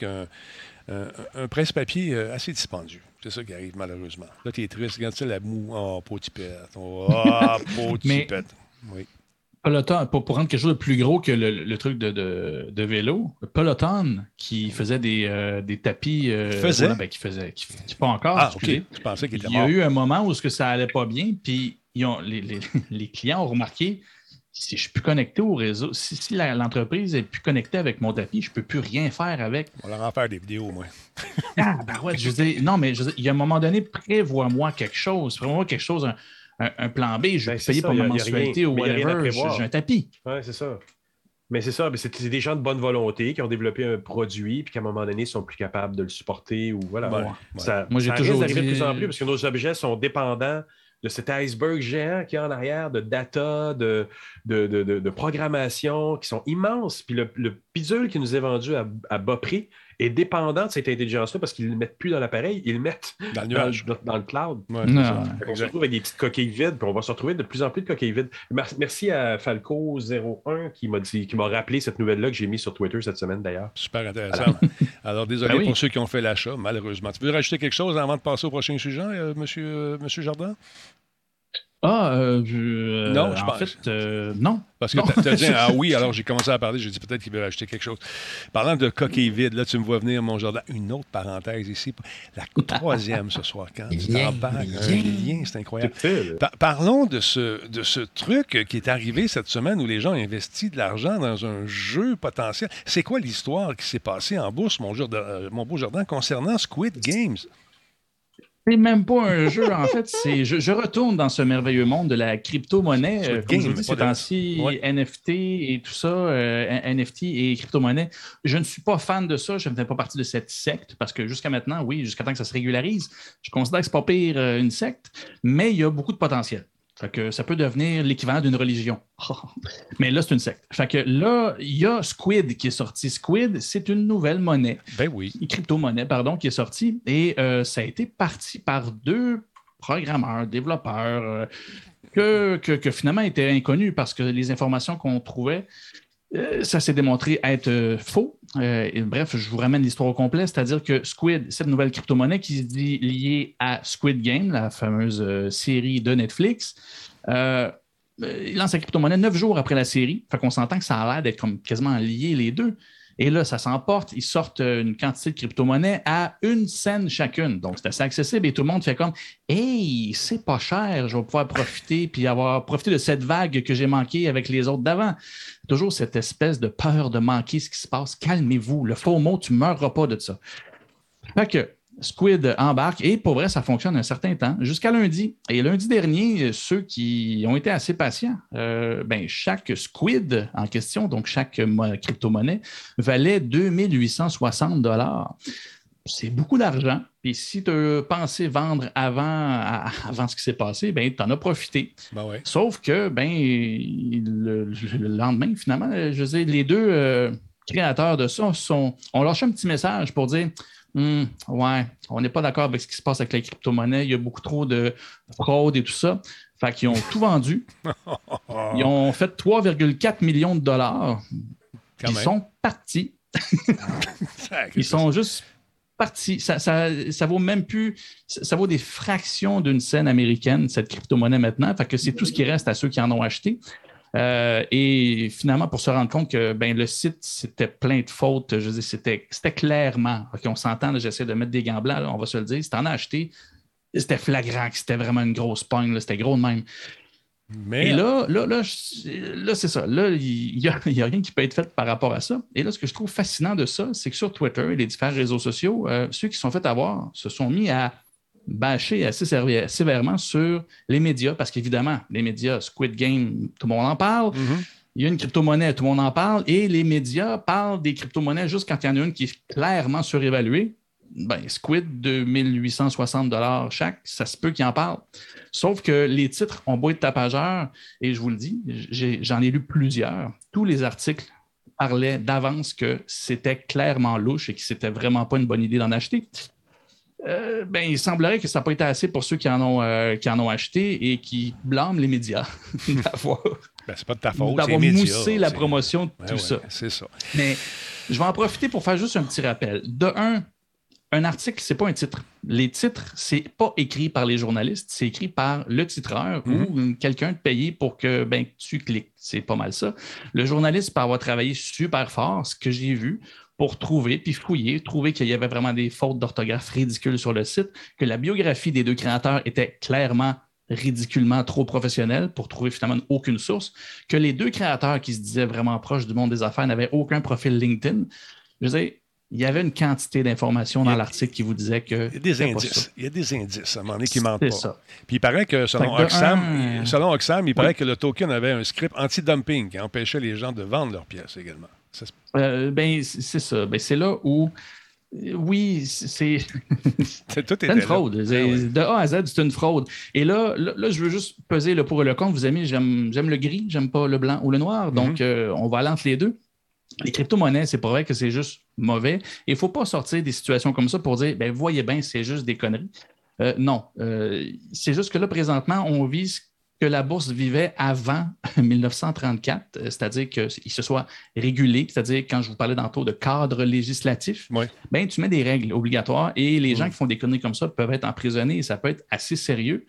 un presse-papier assez dispendieux. C'est ça qui arrive, malheureusement. Là, tu es triste. Regarde ça, la moue. Oh, potipette. Oh, potipette. Oui. Peloton, pour rendre quelque chose de plus gros que le truc de vélo, Peloton, qui faisait des tapis... qui pas encore. Ah, OK. Je pensais qu'il était mort. Il y a eu un moment où ça allait pas bien, puis les clients ont remarqué... Si je suis plus connecté au réseau, si l'entreprise est plus connectée avec mon tapis, je ne peux plus rien faire avec. On va leur en faire des vidéos, moi. Je veux dire, non, mais il y a un moment donné, prévois-moi quelque chose. Prévois-moi quelque chose, un plan B. Je vais payer pour ma mensualité ou whatever. J'ai un tapis. Oui, c'est ça. Mais c'est ça. C'est des gens de bonne volonté qui ont développé un produit puis qu'à un moment donné, ils sont plus capables de le supporter. Ou voilà. Moi, j'ai toujours dit... de plus en plus parce que nos objets sont dépendants de cet iceberg géant qu'il y a en arrière, de data, de programmation qui sont immenses. Puis le bidule qui nous est vendu à bas prix est dépendant de cette intelligence-là parce qu'ils ne le mettent plus dans l'appareil, ils le mettent dans le nuage, dans le cloud. Ouais, on se retrouve avec des petites coquilles vides, puis on va se retrouver de plus en plus de coquilles vides. Merci à Falco01 qui m'a rappelé cette nouvelle-là que j'ai mise sur Twitter cette semaine d'ailleurs. Super intéressant. Alors, désolé pour ceux qui ont fait l'achat, malheureusement. Tu veux rajouter quelque chose avant de passer au prochain sujet, monsieur Jardin? Non, en fait, non. Parce que tu as dit, ah oui, alors j'ai commencé à parler, j'ai dit peut-être qu'il veut acheter quelque chose. Parlant de coquille vide, là, tu me vois venir, mon jardin. Une autre parenthèse ici. La troisième ce soir, quand tu t'en parles, un lien, c'est incroyable. Parlons de ce truc qui est arrivé cette semaine où les gens ont investi de l'argent dans un jeu potentiel. C'est quoi l'histoire qui s'est passée en bourse, mon beau jardin, concernant Squid Games? C'est même pas un jeu, en fait. Je retourne dans ce merveilleux monde de la crypto-monnaie. Comme je vous dis, ces temps-ci, NFT et tout ça, NFT et crypto-monnaie. Je ne suis pas fan de ça. Je ne fais pas partie de cette secte parce que jusqu'à maintenant, oui, jusqu'à temps que ça se régularise, je considère que c'est pas pire une secte, mais il y a beaucoup de potentiel. Fait que ça peut devenir l'équivalent d'une religion. Mais là, c'est une secte. Fait que là, il y a Squid qui est sorti. Squid, c'est une nouvelle monnaie. Ben oui. Une crypto-monnaie, pardon, qui est sortie. Et ça a été parti par 2 programmeurs, développeurs, que finalement étaient inconnus parce que les informations qu'on trouvait, ça s'est démontré être faux. Bref, je vous ramène l'histoire au complet, c'est-à-dire que Squid, cette nouvelle crypto-monnaie qui se dit liée à Squid Game, la fameuse série de Netflix, il lance la crypto-monnaie 9 jours après la série. Fait qu'on s'entend que ça a l'air d'être comme quasiment lié les deux. Et là, ça s'emporte. Ils sortent une quantité de crypto-monnaies à 1 cent chacune. Donc, c'est assez accessible et tout le monde fait comme « Hey, c'est pas cher, je vais pouvoir profiter puis avoir profité de cette vague que j'ai manquée avec les autres d'avant. » Toujours cette espèce de peur de manquer ce qui se passe. Calmez-vous. Le faux mot, tu ne meurs pas de ça. Fait que Squid embarque et pour vrai, ça fonctionne un certain temps, jusqu'à lundi. Et lundi dernier, ceux qui ont été assez patients, chaque Squid en question, donc chaque crypto-monnaie, valait 2860 $. C'est beaucoup d'argent. Puis si tu as pensé vendre avant ce qui s'est passé, ben tu en as profité. Ben ouais. Sauf que le lendemain, finalement, je veux dire, les 2 créateurs de ça ont lâché un petit message pour dire ouais, on n'est pas d'accord avec ce qui se passe avec les crypto-monnaies. Il y a beaucoup trop de fraude et tout ça. Fait qu'ils ont tout vendu. Ils ont fait 3,4 millions de $. Ils sont partis. Ils sont juste partis. Ça vaut même plus. Ça vaut des fractions d'une scène américaine, cette crypto-monnaie maintenant. Fait que c'est tout ce qui reste à ceux qui en ont acheté. Et finalement, pour se rendre compte que le site, c'était plein de fautes, je veux dire, c'était clairement, OK, on s'entend, là, j'essaie de mettre des gants blancs, là, on va se le dire, si tu en as acheté, c'était flagrant que c'était vraiment une grosse pogne, là, c'était gros de même. Mais... Et là, c'est ça. Là, il n'y a rien qui peut être fait par rapport à ça. Et là, ce que je trouve fascinant de ça, c'est que sur Twitter et les différents réseaux sociaux, ceux qui se sont fait avoir se sont mis à bâcher assez sévèrement sur les médias, parce qu'évidemment, les médias, Squid Game, tout le monde en parle. Mm-hmm. Il y a une crypto-monnaie, tout le monde en parle, et les médias parlent des crypto-monnaies juste quand il y en a une qui est clairement surévaluée. Squid, 2860 $ chaque, ça se peut qu'ils en parlent. Sauf que les titres ont beau être tapageurs, et je vous le dis, j'en ai lu plusieurs. Tous les articles parlaient d'avance que c'était clairement louche et que c'était vraiment pas une bonne idée d'en acheter. Il semblerait que ça n'a pas été assez pour ceux qui en ont acheté et qui blâment les médias d'avoir, c'est pas de ta faute, d'avoir moussé la promotion de tout ça. C'est ça. Mais je vais en profiter pour faire juste un petit rappel. De un article, c'est pas un titre. Les titres, c'est pas écrit par les journalistes, c'est écrit par le titreur ou quelqu'un de payé pour que tu cliques. C'est pas mal ça. Le journaliste peut avoir travaillé super fort, ce que j'ai vu, pour trouver, puis fouiller, trouver qu'il y avait vraiment des fautes d'orthographe ridicules sur le site, que la biographie des 2 créateurs était clairement ridiculement trop professionnelle pour trouver finalement aucune source, que les 2 créateurs qui se disaient vraiment proches du monde des affaires n'avaient aucun profil LinkedIn. Je veux dire, il y avait une quantité d'informations dans l'article qui vous disait que... Il y a des indices, à un moment donné, qui ne mentent pas. Ça. Puis il paraît que, selon Oxfam, il paraît que le token avait un script anti-dumping qui empêchait les gens de vendre leurs pièces également. C'est ça. C'est là où... Oui, c'est une fraude. De A à Z, c'est une fraude. Et là, je veux juste peser le pour et le contre. Vous aimez, j'aime le gris, j'aime pas le blanc ou le noir. Donc, on va aller entre les deux. Les crypto-monnaies, c'est pas vrai que c'est juste mauvais. Il ne faut pas sortir des situations comme ça pour dire, voyez bien, c'est juste des conneries. Non. C'est juste que là, présentement, on vit ce que la bourse vivait avant 1934, c'est-à-dire qu'il se soit régulé, c'est-à-dire quand je vous parlais tantôt de cadre législatif, tu mets des règles obligatoires et les gens qui font des conneries comme ça peuvent être emprisonnés et ça peut être assez sérieux.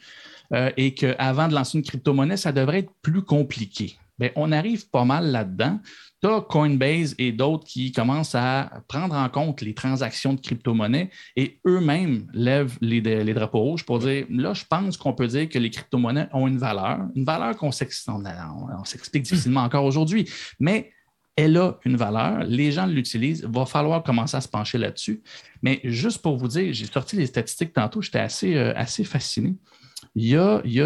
et qu'avant de lancer une crypto-monnaie, ça devrait être plus compliqué. Bien, on arrive pas mal là-dedans. Tu as Coinbase et d'autres qui commencent à prendre en compte les transactions de crypto-monnaies et eux-mêmes lèvent les drapeaux rouges pour dire, là, je pense qu'on peut dire que les crypto-monnaies ont une valeur qu'on s'explique difficilement encore aujourd'hui, mais elle a une valeur, les gens l'utilisent, il va falloir commencer à se pencher là-dessus. Mais juste pour vous dire, j'ai sorti les statistiques tantôt, j'étais assez fasciné. Il y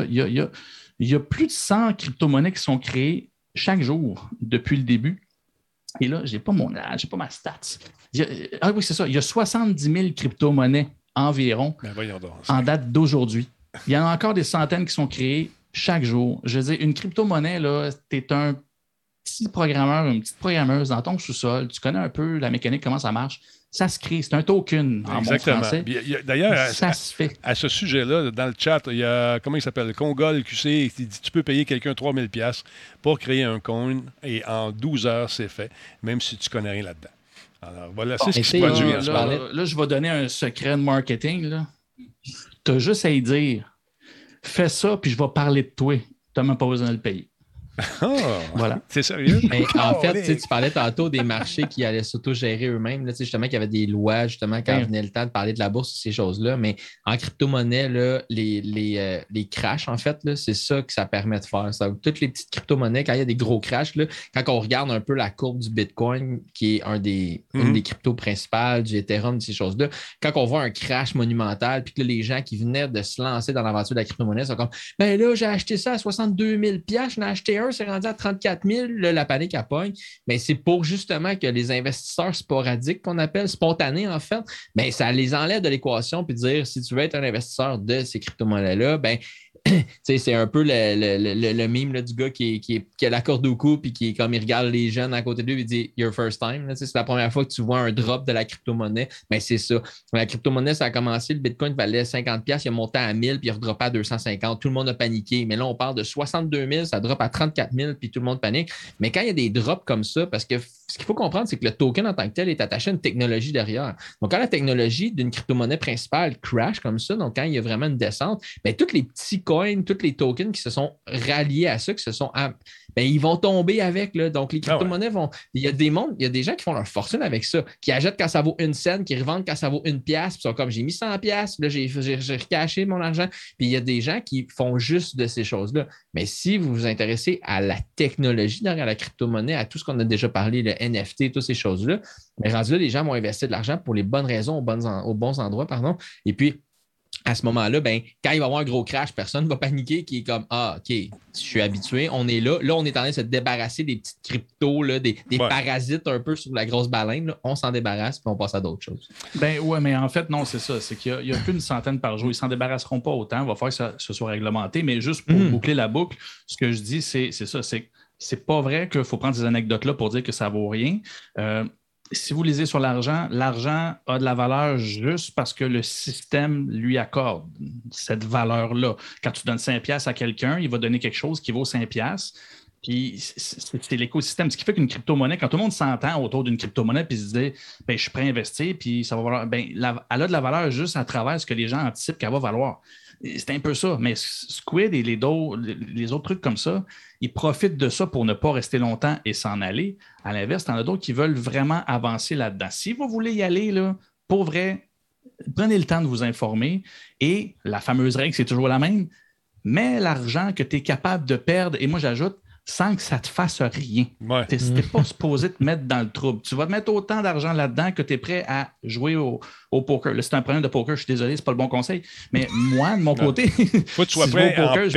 a plus de 100 crypto-monnaies qui sont créées chaque jour depuis le début. Et là, je n'ai pas ma stats. Oui, c'est ça. Il y a 70 000 crypto-monnaies environ en date d'aujourd'hui. Il y en a encore des centaines qui sont créées chaque jour. Je veux dire, une crypto-monnaie, tu es un petit programmeur, une petite programmeuse dans ton sous-sol. Tu connais un peu la mécanique, comment ça marche. Ça se crée. C'est un token en bon français. D'ailleurs, à ce sujet-là, dans le chat, il y a, comment il s'appelle, Congol QC, qui dit tu peux payer quelqu'un 3 000 $ pour créer un coin et en 12 heures, c'est fait, même si tu ne connais rien là-dedans. Alors, voilà, c'est ce qui se produit. Là, je vais donner un secret de marketing. Tu as juste à y dire fais ça, puis je vais parler de toi. Tu n'as même pas besoin de le payer. Oh, voilà. C'est sérieux? Mais en fait, tu parlais tantôt des marchés qui allaient s'auto-gérer eux-mêmes. Là, justement, qu'il y avait des lois, justement, quand venait le temps de parler de la bourse, ces choses-là. Mais en crypto-monnaie, là, les crashs, en fait, là, c'est ça que ça permet de faire. Ça, toutes les petites crypto-monnaies, quand il y a des gros crashs, là, quand on regarde un peu la courbe du Bitcoin, qui est une des cryptos principales, du Ethereum, de ces choses-là, quand on voit un crash monumental, puis que là, les gens qui venaient de se lancer dans l'aventure de la crypto-monnaie sont comme ben là, j'ai acheté ça à 62 000 $, j'en ai acheté un, c'est rendu à 34 000, là, la panique à pogne. Mais c'est pour justement que les investisseurs sporadiques, qu'on appelle, spontanés en fait, bien, ça les enlève de l'équation puis dire si tu veux être un investisseur de ces crypto-monnaies-là, ben c'est un peu le mime là, du gars qui a la corde au cou puis qui est comme il regarde les jeunes à côté de lui et il dit Your first time. Là, c'est la première fois que tu vois un drop de la crypto-monnaie. Mais c'est ça. La crypto-monnaie, ça a commencé, le Bitcoin valait 50$, il a monté à 1000 puis il a redroppé à 250. Tout le monde a paniqué. Mais là, on parle de 62 000, ça drop à 34 000 puis tout le monde panique. Mais quand il y a des drops comme ça, parce que ce qu'il faut comprendre, c'est que le token en tant que tel est attaché à une technologie derrière. Donc, quand la technologie d'une crypto-monnaie principale crash comme ça, donc quand il y a vraiment une descente, bien, tous les petits coins, tous les tokens qui se sont ralliés à ça, ils vont tomber avec. Là. Donc, les crypto-monnaies vont. Il y a des gens qui font leur fortune avec ça, qui achètent quand ça vaut 1 cent, qui revendent quand ça vaut 1$, puis ils sont comme j'ai mis 100$, puis là, j'ai recaché mon argent. Puis il y a des gens qui font juste de ces choses-là. Mais si vous vous intéressez à la technologie derrière la crypto-monnaie, à tout ce qu'on a déjà parlé, le NFT, toutes ces choses-là, mais rendu là, les gens vont investir de l'argent pour les bonnes raisons, aux bons endroits, pardon. Et puis, à ce moment-là, ben, quand il va y avoir un gros crash, personne ne va paniquer, qui est comme ah, OK, je suis habitué, on est là. Là, on est en train de se débarrasser des petites cryptos, là, des parasites un peu sur la grosse baleine. Là. On s'en débarrasse puis on passe à d'autres choses. Ben ouais, mais en fait, non, c'est ça. C'est qu'il n'y a qu'une centaine par jour. Ils ne s'en débarrasseront pas autant. Il va falloir que ça soit réglementé. Mais juste pour boucler la boucle, ce que je dis, c'est ça. C'est pas vrai qu'il faut prendre ces anecdotes-là pour dire que ça ne vaut rien. Si vous lisez sur l'argent, l'argent a de la valeur juste parce que le système lui accorde cette valeur-là. Quand tu donnes 5$ à quelqu'un, il va donner quelque chose qui vaut 5$. Puis c'est l'écosystème. Ce qui fait qu'une crypto-monnaie, quand tout le monde s'entend autour d'une crypto-monnaie puis se dit ben, je suis prêt à investir, puis ça va valoir. Ben, elle a de la valeur juste à travers ce que les gens anticipent qu'elle va valoir. C'est un peu ça. Mais Squid et les autres trucs comme ça, ils profitent de ça pour ne pas rester longtemps et s'en aller. À l'inverse, il y en a d'autres qui veulent vraiment avancer là-dedans. Si vous voulez y aller, là, pour vrai, prenez le temps de vous informer. Et la fameuse règle, c'est toujours la même. Mets l'argent que tu es capable de perdre. Et moi, j'ajoute, sans que ça te fasse rien. Ouais. Tu n'es pas supposé te mettre dans le trouble. Tu vas te mettre autant d'argent là-dedans que tu es prêt à jouer au poker. Là, c'est un problème de poker, je suis désolé, c'est pas le bon conseil. Mais moi, de mon côté, faut que tu sois prêt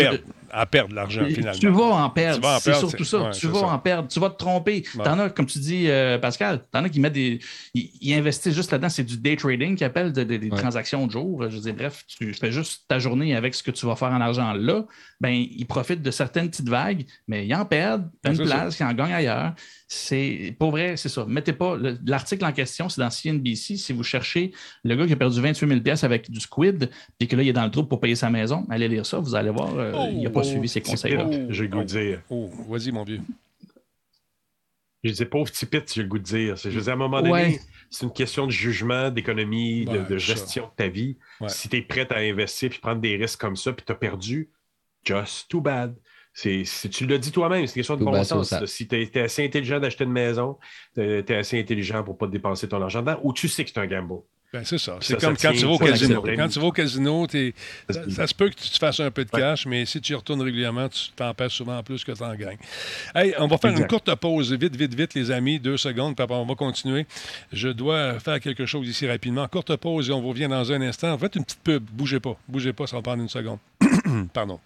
à perdre l'argent finalement. Tu vas en perdre. C'est surtout ça. Ouais, tu vas en perdre. Tu vas te tromper. Ouais. T'en as, comme tu dis, Pascal, t'en as qui mettent ils investissent juste là-dedans. C'est du day trading qu'ils appellent des transactions de jour. Je veux dire, bref, tu fais juste ta journée avec ce que tu vas faire en argent là. Ben, ils profitent de certaines petites vagues, mais ils en perdent une place, ils en gagnent ailleurs. C'est pour vrai, c'est ça. Mettez pas l'article en question, c'est dans CNBC. Si vous cherchez le gars qui a perdu 28 000 $ avec du Squid, puis que là, il est dans le trouble pour payer sa maison, allez lire ça, vous allez voir, il n'a pas suivi ses conseils. J'ai le goût de dire. Vas-y, mon vieux. Je disais pauvre Tipit, j'ai le goût de dire. Je veux dire, à un moment donné, c'est une question de jugement, d'économie, de gestion de ta vie. Ouais. Si tu es prêt à investir puis prendre des risques comme ça, puis tu as perdu, just too bad. Tu l'as dit toi-même, c'est une question de bon sens. Si tu es assez intelligent d'acheter une maison, tu es assez intelligent pour ne pas dépenser ton argent dedans, ou tu sais que c'est un gamble. Ben, c'est ça. C'est comme quand tu vas au casino. Quand tu vas au casino, ça se peut que tu te fasses un peu de cash, mais si tu y retournes régulièrement, tu t'en perds souvent plus que tu en gagnes. Hey, on va faire une courte pause. Vite, les amis. 2 secondes, puis après, on va continuer. Je dois faire quelque chose ici rapidement. Courte pause et on revient dans un instant. En fait, une petite pub. Bougez pas, ça va prendre une seconde. Pardon.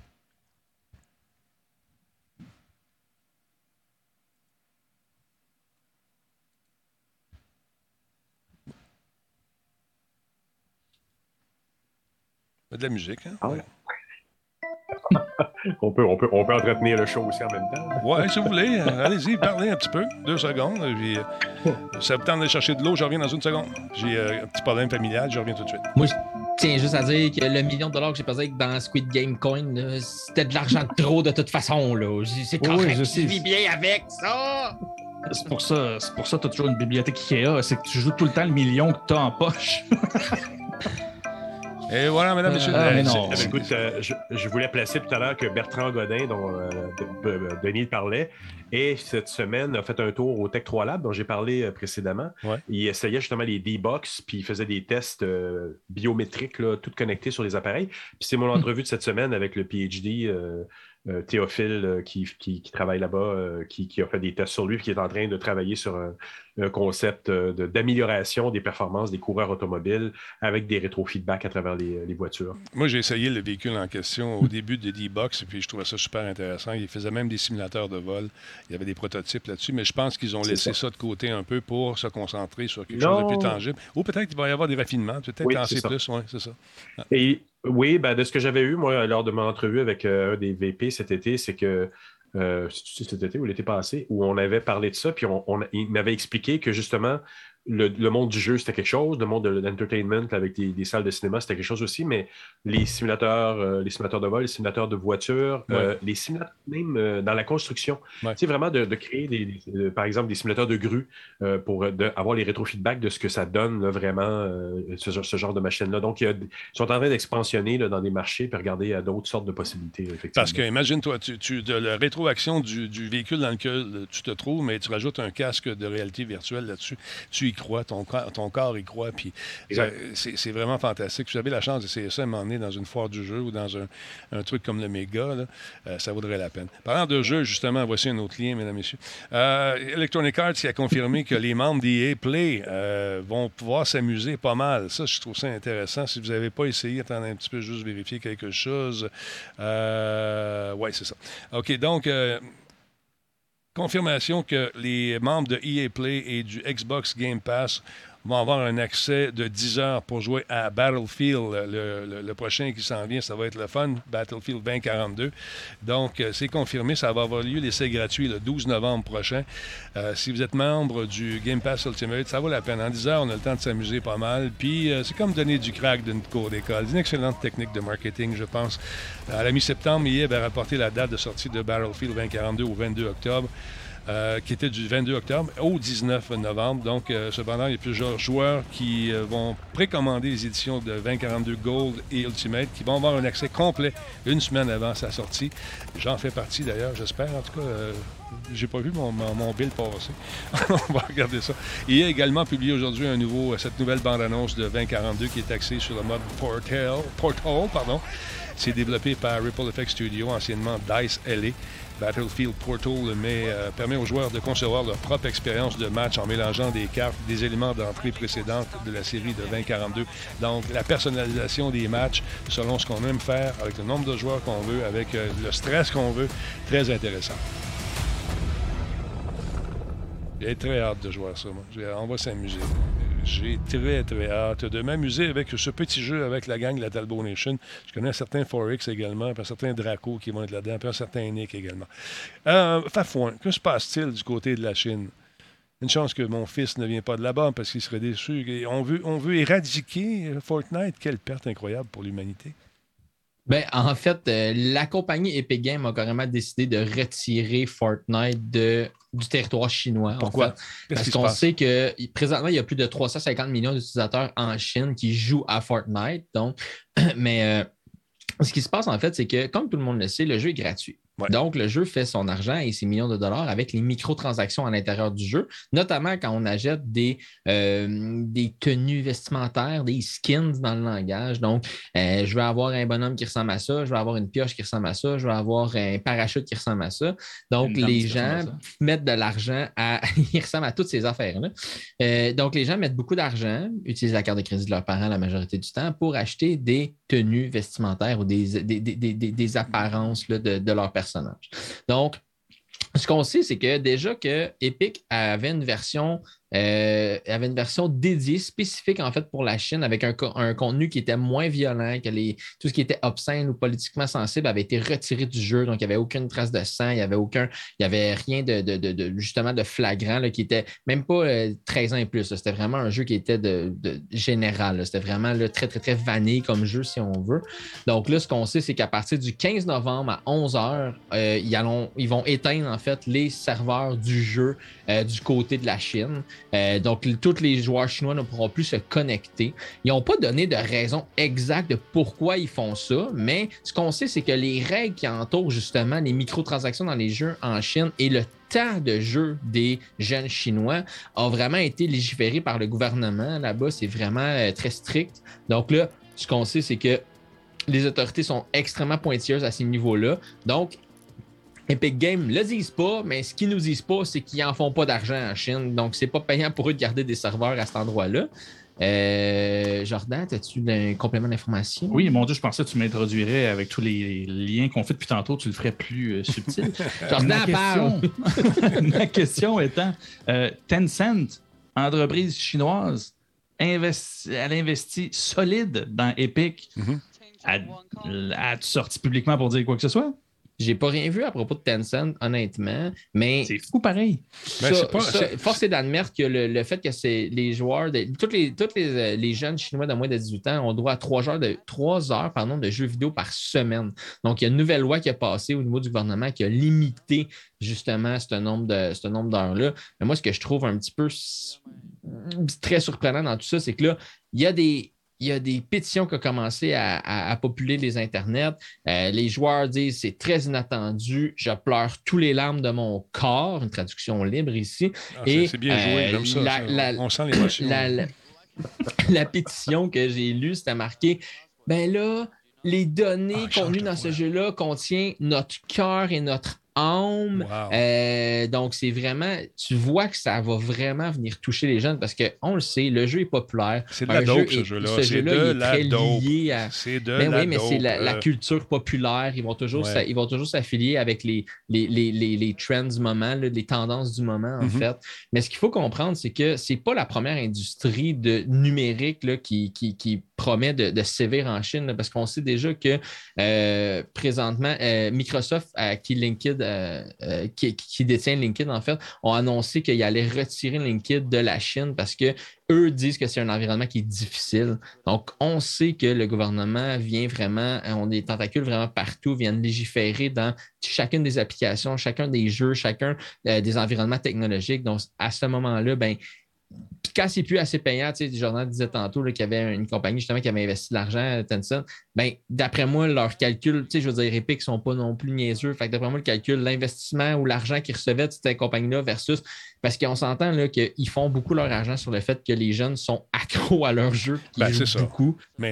De la musique, hein? Ah ouais. on peut entretenir le show aussi en même temps. Oui, si vous voulez. Allez-y, parlez un petit peu. 2 secondes. Puis, ça me tente d'aller chercher de l'eau, je reviens dans une seconde. J'ai un petit problème familial, je reviens tout de suite. Moi, je tiens juste à dire que le $1 million que j'ai pesé dans Squid Game Coin, c'était de l'argent de trop de toute façon. Là. C'est correct, je vis bien avec ça! C'est pour ça que tu as toujours une bibliothèque Ikea. C'est que tu joues tout le temps le million que tu as en poche. Et voilà, mesdames, messieurs. Écoute, je voulais placer tout à l'heure que Bertrand Godin, dont Denis parlait, et cette semaine a fait un tour au Tech 3 Lab, dont j'ai parlé précédemment. Ouais. Il essayait justement les D-Box, puis il faisait des tests biométriques, là, tout connectés sur les appareils. Puis c'est mon entrevue de cette semaine avec le PhD Théophile qui travaille là-bas, qui a fait des tests sur lui, puis qui est en train de travailler sur un concept d'amélioration des performances des coureurs automobiles avec des rétrofeedbacks à travers les voitures. Moi, j'ai essayé le véhicule en question au début de D-Box, et puis je trouvais ça super intéressant. Il faisait même des simulateurs de vol. Il y avait des prototypes là-dessus, mais je pense qu'ils ont laissé ça de côté un peu pour se concentrer sur quelque chose de plus tangible. Ou peut-être qu'il va y avoir des raffinements, peut-être en C++, oui, c'est ça. Ah. Et oui, de ce que j'avais eu, moi, lors de mon entrevue avec un des VP cet été, c'est que cet été ou l'été passé, où on avait parlé de ça, puis il m'avait expliqué que justement, le monde du jeu, c'était quelque chose, le monde de l'entertainment avec des salles de cinéma, c'était quelque chose aussi, mais les simulateurs de vol, les simulateurs de voiture, les simulateurs même dans la construction, tu sais, vraiment de créer, par exemple, des simulateurs de grue pour avoir les rétrofeedbacks de ce que ça donne là, vraiment, ce genre de machine-là. Donc, ils sont en train d'expansionner là, dans des marchés puis regarder à d'autres sortes de possibilités, effectivement. Parce que, imagine-toi, de la rétroaction du véhicule dans lequel tu te trouves, mais tu rajoutes un casque de réalité virtuelle là-dessus, tu y crois, ton corps y croit, puis c'est vraiment fantastique. Si vous avez la chance d'essayer ça à un moment donné dans une foire du jeu ou dans un truc comme le Méga, là, ça vaudrait la peine. Parlant de jeu, justement, voici un autre lien, mesdames et messieurs. Electronic Arts a confirmé que les membres d'EA Play vont pouvoir s'amuser pas mal. Ça, je trouve ça intéressant. Si vous n'avez pas essayé, attendez un petit peu, juste vérifier quelque chose. Oui, c'est ça. OK, donc... confirmation que les membres de EA Play et du Xbox Game Pass vont avoir un accès de 10 heures pour jouer à Battlefield. Le prochain qui s'en vient, ça va être le fun, Battlefield 2042. Donc, c'est confirmé, ça va avoir lieu, l'essai gratuit le 12 novembre prochain. Si vous êtes membre du Game Pass Ultimate, ça vaut la peine. En 10 heures, on a le temps de s'amuser pas mal. Puis, c'est comme donner du crack d'une cour d'école. C'est une excellente technique de marketing, je pense. À la mi-septembre, EA va rapporter la date de sortie de Battlefield 2042 au 22 octobre. Qui était du 22 octobre au 19 novembre. Donc, cependant, il y a plusieurs joueurs qui vont précommander les éditions de 2042 Gold et Ultimate qui vont avoir un accès complet une semaine avant sa sortie. J'en fais partie d'ailleurs, j'espère. En tout cas, j'ai pas vu mon bill passer. On va regarder ça. Il a également publié aujourd'hui cette nouvelle bande-annonce de 2042 qui est axée sur le mode Portal. C'est développé par Ripple Effect Studio, anciennement DICE LA. Battlefield Portal permet aux joueurs de concevoir leur propre expérience de match en mélangeant des cartes, des éléments d'entrée précédentes de la série de 2042. Donc, la personnalisation des matchs selon ce qu'on aime faire, avec le nombre de joueurs qu'on veut, avec le stress qu'on veut. Très intéressant. J'ai très hâte de jouer à ça, moi. On va s'amuser. J'ai très, très hâte de m'amuser avec ce petit jeu avec la gang de la Talbot Nation. Je connais un certain Forex également, puis un certain Draco qui vont être là-dedans, puis un certain Nick également. Fafouin, que se passe-t-il du côté de la Chine? Une chance que mon fils ne vient pas de là-bas parce qu'il serait déçu. On veut éradiquer Fortnite. Quelle perte incroyable pour l'humanité. Ben, en fait, la compagnie Epic Games a carrément décidé de retirer Fortnite du territoire chinois. Pourquoi? En fait, parce qu'on sait que présentement, il y a plus de 350 millions d'utilisateurs en Chine qui jouent à Fortnite. Donc, mais ce qui se passe, en fait, c'est que, comme tout le monde le sait, le jeu est gratuit. Ouais. Donc, le jeu fait son argent et ses millions de dollars avec les microtransactions à l'intérieur du jeu, notamment quand on achète des tenues vestimentaires, des skins dans le langage. Donc, je vais avoir un bonhomme qui ressemble à ça, je vais avoir une pioche qui ressemble à ça, je vais avoir un parachute qui ressemble à ça. Donc, les gens mettent de l'argent ils ressemblent à toutes ces affaires-là. Donc, les gens mettent beaucoup d'argent, utilisent la carte de crédit de leurs parents la majorité du temps pour acheter des tenues vestimentaires ou des apparences là, de leur personnage. Donc, ce qu'on sait, c'est que déjà que Epic avait une version dédiée, spécifique en fait pour la Chine, avec un contenu qui était moins violent, que tout ce qui était obscène ou politiquement sensible avait été retiré du jeu. Donc, il n'y avait aucune trace de sang, il n'y avait rien justement de flagrant, là, qui était même pas 13 ans et plus. C'était vraiment un jeu qui était de général. Là. C'était vraiment là, très, très, très vanille comme jeu, si on veut. Donc là, ce qu'on sait, c'est qu'à partir du 15 novembre à 11h, ils vont éteindre en fait les serveurs du jeu du côté de la Chine. Donc, tous les joueurs chinois ne pourront plus se connecter. Ils n'ont pas donné de raison exacte de pourquoi ils font ça, mais ce qu'on sait, c'est que les règles qui entourent justement les microtransactions dans les jeux en Chine et le temps de jeu des jeunes Chinois ont vraiment été légiférés par le gouvernement. Là-bas, c'est vraiment très strict. Donc là, ce qu'on sait, c'est que les autorités sont extrêmement pointilleuses à ces niveaux-là. Donc, Epic Games ne le disent pas, mais ce qu'ils nous disent pas, c'est qu'ils n'en font pas d'argent en Chine. Donc, c'est pas payant pour eux de garder des serveurs à cet endroit-là. Jordan, as-tu un complément d'information? Oui, mon Dieu, je pensais que tu m'introduirais avec tous les liens qu'on fait depuis tantôt. Tu le ferais plus subtil. Jordan parle! Ma question étant, Tencent, entreprise chinoise, elle investit solide dans Epic. Mm-hmm. As-tu sorti publiquement pour dire quoi que ce soit? J'ai pas rien vu à propos de Tencent, honnêtement, mais... C'est fou pareil. Force est d'admettre que le fait que c'est les joueurs, tous les jeunes Chinois de moins de 18 ans ont droit à 3 heures de jeux vidéo par semaine. Donc, il y a une nouvelle loi qui a passé au niveau du gouvernement qui a limité justement ce nombre d'heures-là. Mais moi, ce que je trouve un petit peu très surprenant dans tout ça, c'est que là, il y a des pétitions qui ont commencé à populer les internets. Les joueurs disent c'est très inattendu, je pleure tous les larmes de mon corps, une traduction libre ici. C'est bien joué, j'aime ça. On sent l'émotion. La pétition que j'ai lue, c'était marqué ben là, les données contenues dans ce jeu-là contiennent notre cœur et notre âme. Wow. Donc, c'est vraiment... Tu vois que ça va vraiment venir toucher les jeunes parce qu'on le sait, le jeu est populaire. C'est de la dope, ce jeu-là. Ce jeu-là, il est très lié à... C'est de la dope. Mais c'est la culture populaire. Ils vont toujours s'affilier avec les trends du moment, là, les tendances du moment, en fait. Mais ce qu'il faut comprendre, c'est que c'est pas la première industrie numérique là, qui promet de sévir en Chine, là, parce qu'on sait déjà que présentement, Microsoft, qui détient LinkedIn, en fait, ont annoncé qu'ils allaient retirer LinkedIn de la Chine parce que eux disent que c'est un environnement qui est difficile. Donc, on sait que le gouvernement vient vraiment, on a des tentacules vraiment partout, viennent légiférer dans chacune des applications, chacun des jeux, chacun des environnements technologiques. Donc, à ce moment-là, quand c'est plus assez payant, tu sais, Jordan disait tantôt qu'il y avait une compagnie justement qui avait investi de l'argent, Tencent, d'après moi, leurs calculs, tu sais, je veux dire, Epic ne sont pas non plus niaiseux. Fait que d'après moi, le calcul, l'investissement ou l'argent qu'ils recevaient de cette compagnie-là versus, parce qu'on s'entend là, qu'ils font beaucoup leur argent sur le fait que les jeunes sont accros à leur jeu, qu'ils jouent beaucoup. Mais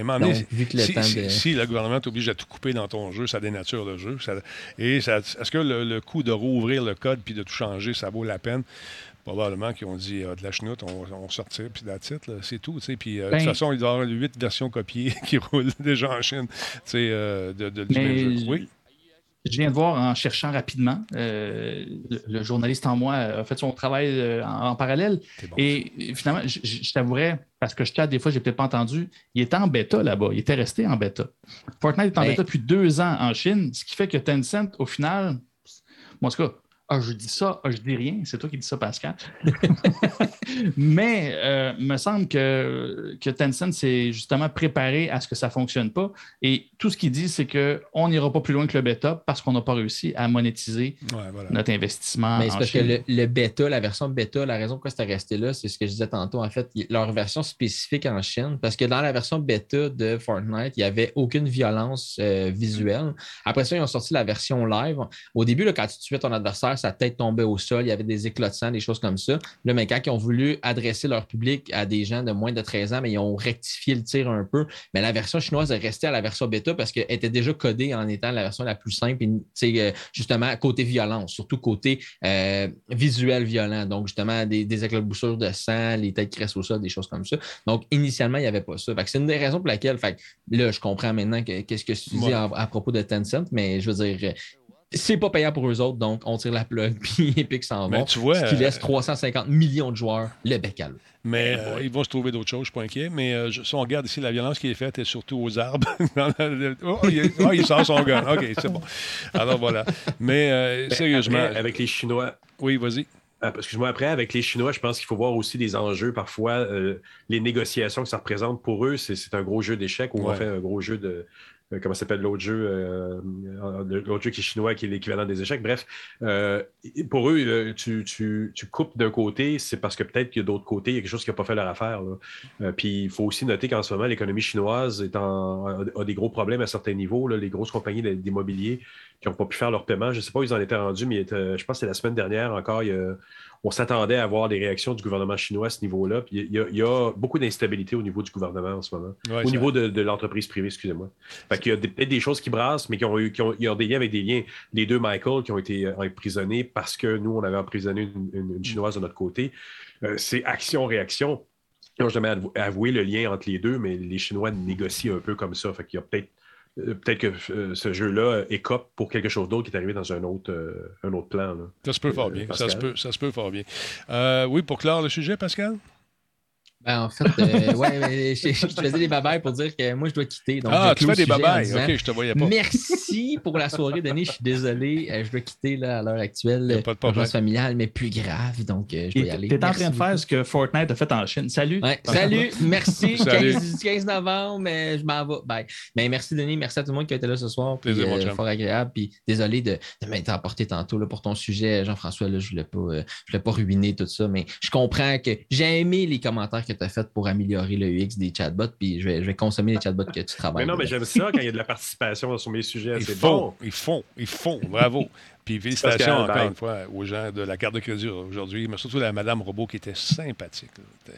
si le gouvernement t'oblige à tout couper dans ton jeu, ça dénature le jeu. Est-ce que le coût de rouvrir le code puis de tout changer, ça vaut la peine? Probablement qu'ils ont dit de la chenoute, on sortir, puis la titre, c'est tout. Puis de toute façon, il doit y avoir 8 versions copiées qui roulent déjà en Chine du même jeu. Oui. Je viens de voir en cherchant rapidement. Le journaliste en moi a fait son travail en parallèle. Bon, et finalement, je t'avouerais, parce que des fois, je n'ai peut-être pas entendu, il était en bêta là-bas. Il était resté en bêta. Fortnite est en bêta depuis 2 ans en Chine, ce qui fait que Tencent, au final, moi, en tout cas, je dis ça, je dis rien. C'est toi qui dis ça, Pascal. Mais me semble que Tencent s'est justement préparé à ce que ça ne fonctionne pas. Et tout ce qu'il dit, c'est qu'on n'ira pas plus loin que le bêta parce qu'on n'a pas réussi à monétiser notre investissement. Mais c'est parce que le bêta, la version bêta, la raison pourquoi c'était resté là, c'est ce que je disais tantôt. En fait, leur version spécifique en Chine, parce que dans la version bêta de Fortnite, il n'y avait aucune violence visuelle. Après ça, ils ont sorti la version live. Au début, là, quand tu tuais ton adversaire, sa tête tombait au sol, il y avait des éclats de sang, des choses comme ça. Là, mais quand ils ont voulu adresser leur public à des gens de moins de 13 ans, mais ils ont rectifié le tir un peu. Mais la version chinoise est restée à la version bêta parce qu'elle était déjà codée en étant la version la plus simple et justement côté violence, surtout côté visuel violent. Donc, justement, des éclaboussures de sang, les têtes qui restent au sol, des choses comme ça. Donc, initialement, il n'y avait pas ça. Fait que c'est une des raisons pour laquelle, là, je comprends maintenant qu'est-ce que tu dis à propos de Tencent, mais je veux dire, c'est pas payant pour eux autres, donc on tire la plug, puis Epic s'en va. Ce qui laisse 350 millions de joueurs le bec à l'eau. Mais ils vont se trouver d'autres choses, je ne suis pas inquiet. Mais si on regarde ici, la violence qui est faite est surtout aux arbres. Il sort son gun. OK, c'est bon. Alors voilà. Mais sérieusement. Après, avec les Chinois. Oui, vas-y. Excuse-moi, après, avec les Chinois, je pense qu'il faut voir aussi des enjeux. Parfois, les négociations que ça représente pour eux, c'est un gros jeu d'échecs ou on fait un gros jeu de. Comment s'appelle l'autre jeu? L'autre jeu qui est chinois, qui est l'équivalent des échecs. Bref, pour eux, tu coupes d'un côté, c'est parce que peut-être qu'il y a d'autres côtés, il y a quelque chose qui n'a pas fait leur affaire. Puis il faut aussi noter qu'en ce moment, l'économie chinoise a des gros problèmes à certains niveaux. Là, les grosses compagnies d'immobilier qui n'ont pas pu faire leur paiement. Je ne sais pas où ils en étaient rendus, mais je pense que c'était la semaine dernière encore. On s'attendait à voir des réactions du gouvernement chinois à ce niveau-là. Puis il y a beaucoup d'instabilité au niveau du gouvernement en ce moment. Au niveau de l'entreprise privée, excusez-moi. Fait qu'il y a peut-être des choses qui brassent, mais qui ont des liens avec des liens. Les deux Michael qui ont été emprisonnés parce que nous, on avait emprisonné une Chinoise de notre côté. C'est action-réaction. Ils n'ont jamais avoué le lien entre les deux, mais les Chinois négocient un peu comme ça. Fait qu'il y a peut-être que ce jeu-là écope pour quelque chose d'autre qui est arrivé dans un autre plan. Là. Ça se peut fort bien. Ça se peut fort bien. Oui, pour clore le sujet, Pascal? En fait, je faisais des babayes pour dire que moi, je dois quitter. Donc, tu fais des babayes. OK, je te voyais pas. Merci pour la soirée, Denis. Je suis désolé. Je dois quitter là, à l'heure actuelle. Pas de problème. Urgence familiale, mais plus grave. Donc, je dois y aller. Tu es en train de faire ce que Fortnite a fait en Chine. Salut. Ouais, salut. Merci. 15 novembre, mais je m'en vais. Bye. Mais merci, Denis. Merci à tout le monde qui a été là ce soir. Plaisir, mon chum. Fort agréable. Puis désolé de m'être emporté tantôt là, pour ton sujet, Jean-François. Là, je ne voulais pas ruiner tout ça, mais je comprends que j'ai aimé les commentaires que tu as fait pour améliorer le UX des chatbots, puis je vais consommer les chatbots que tu travailles. Mais non, mais j'aime ça quand il y a de la participation sur mes sujets. Ils font. Bravo. Puis félicitations encore une fois aux gens de la carte de crédit aujourd'hui, mais surtout la Madame Robot qui était sympathique.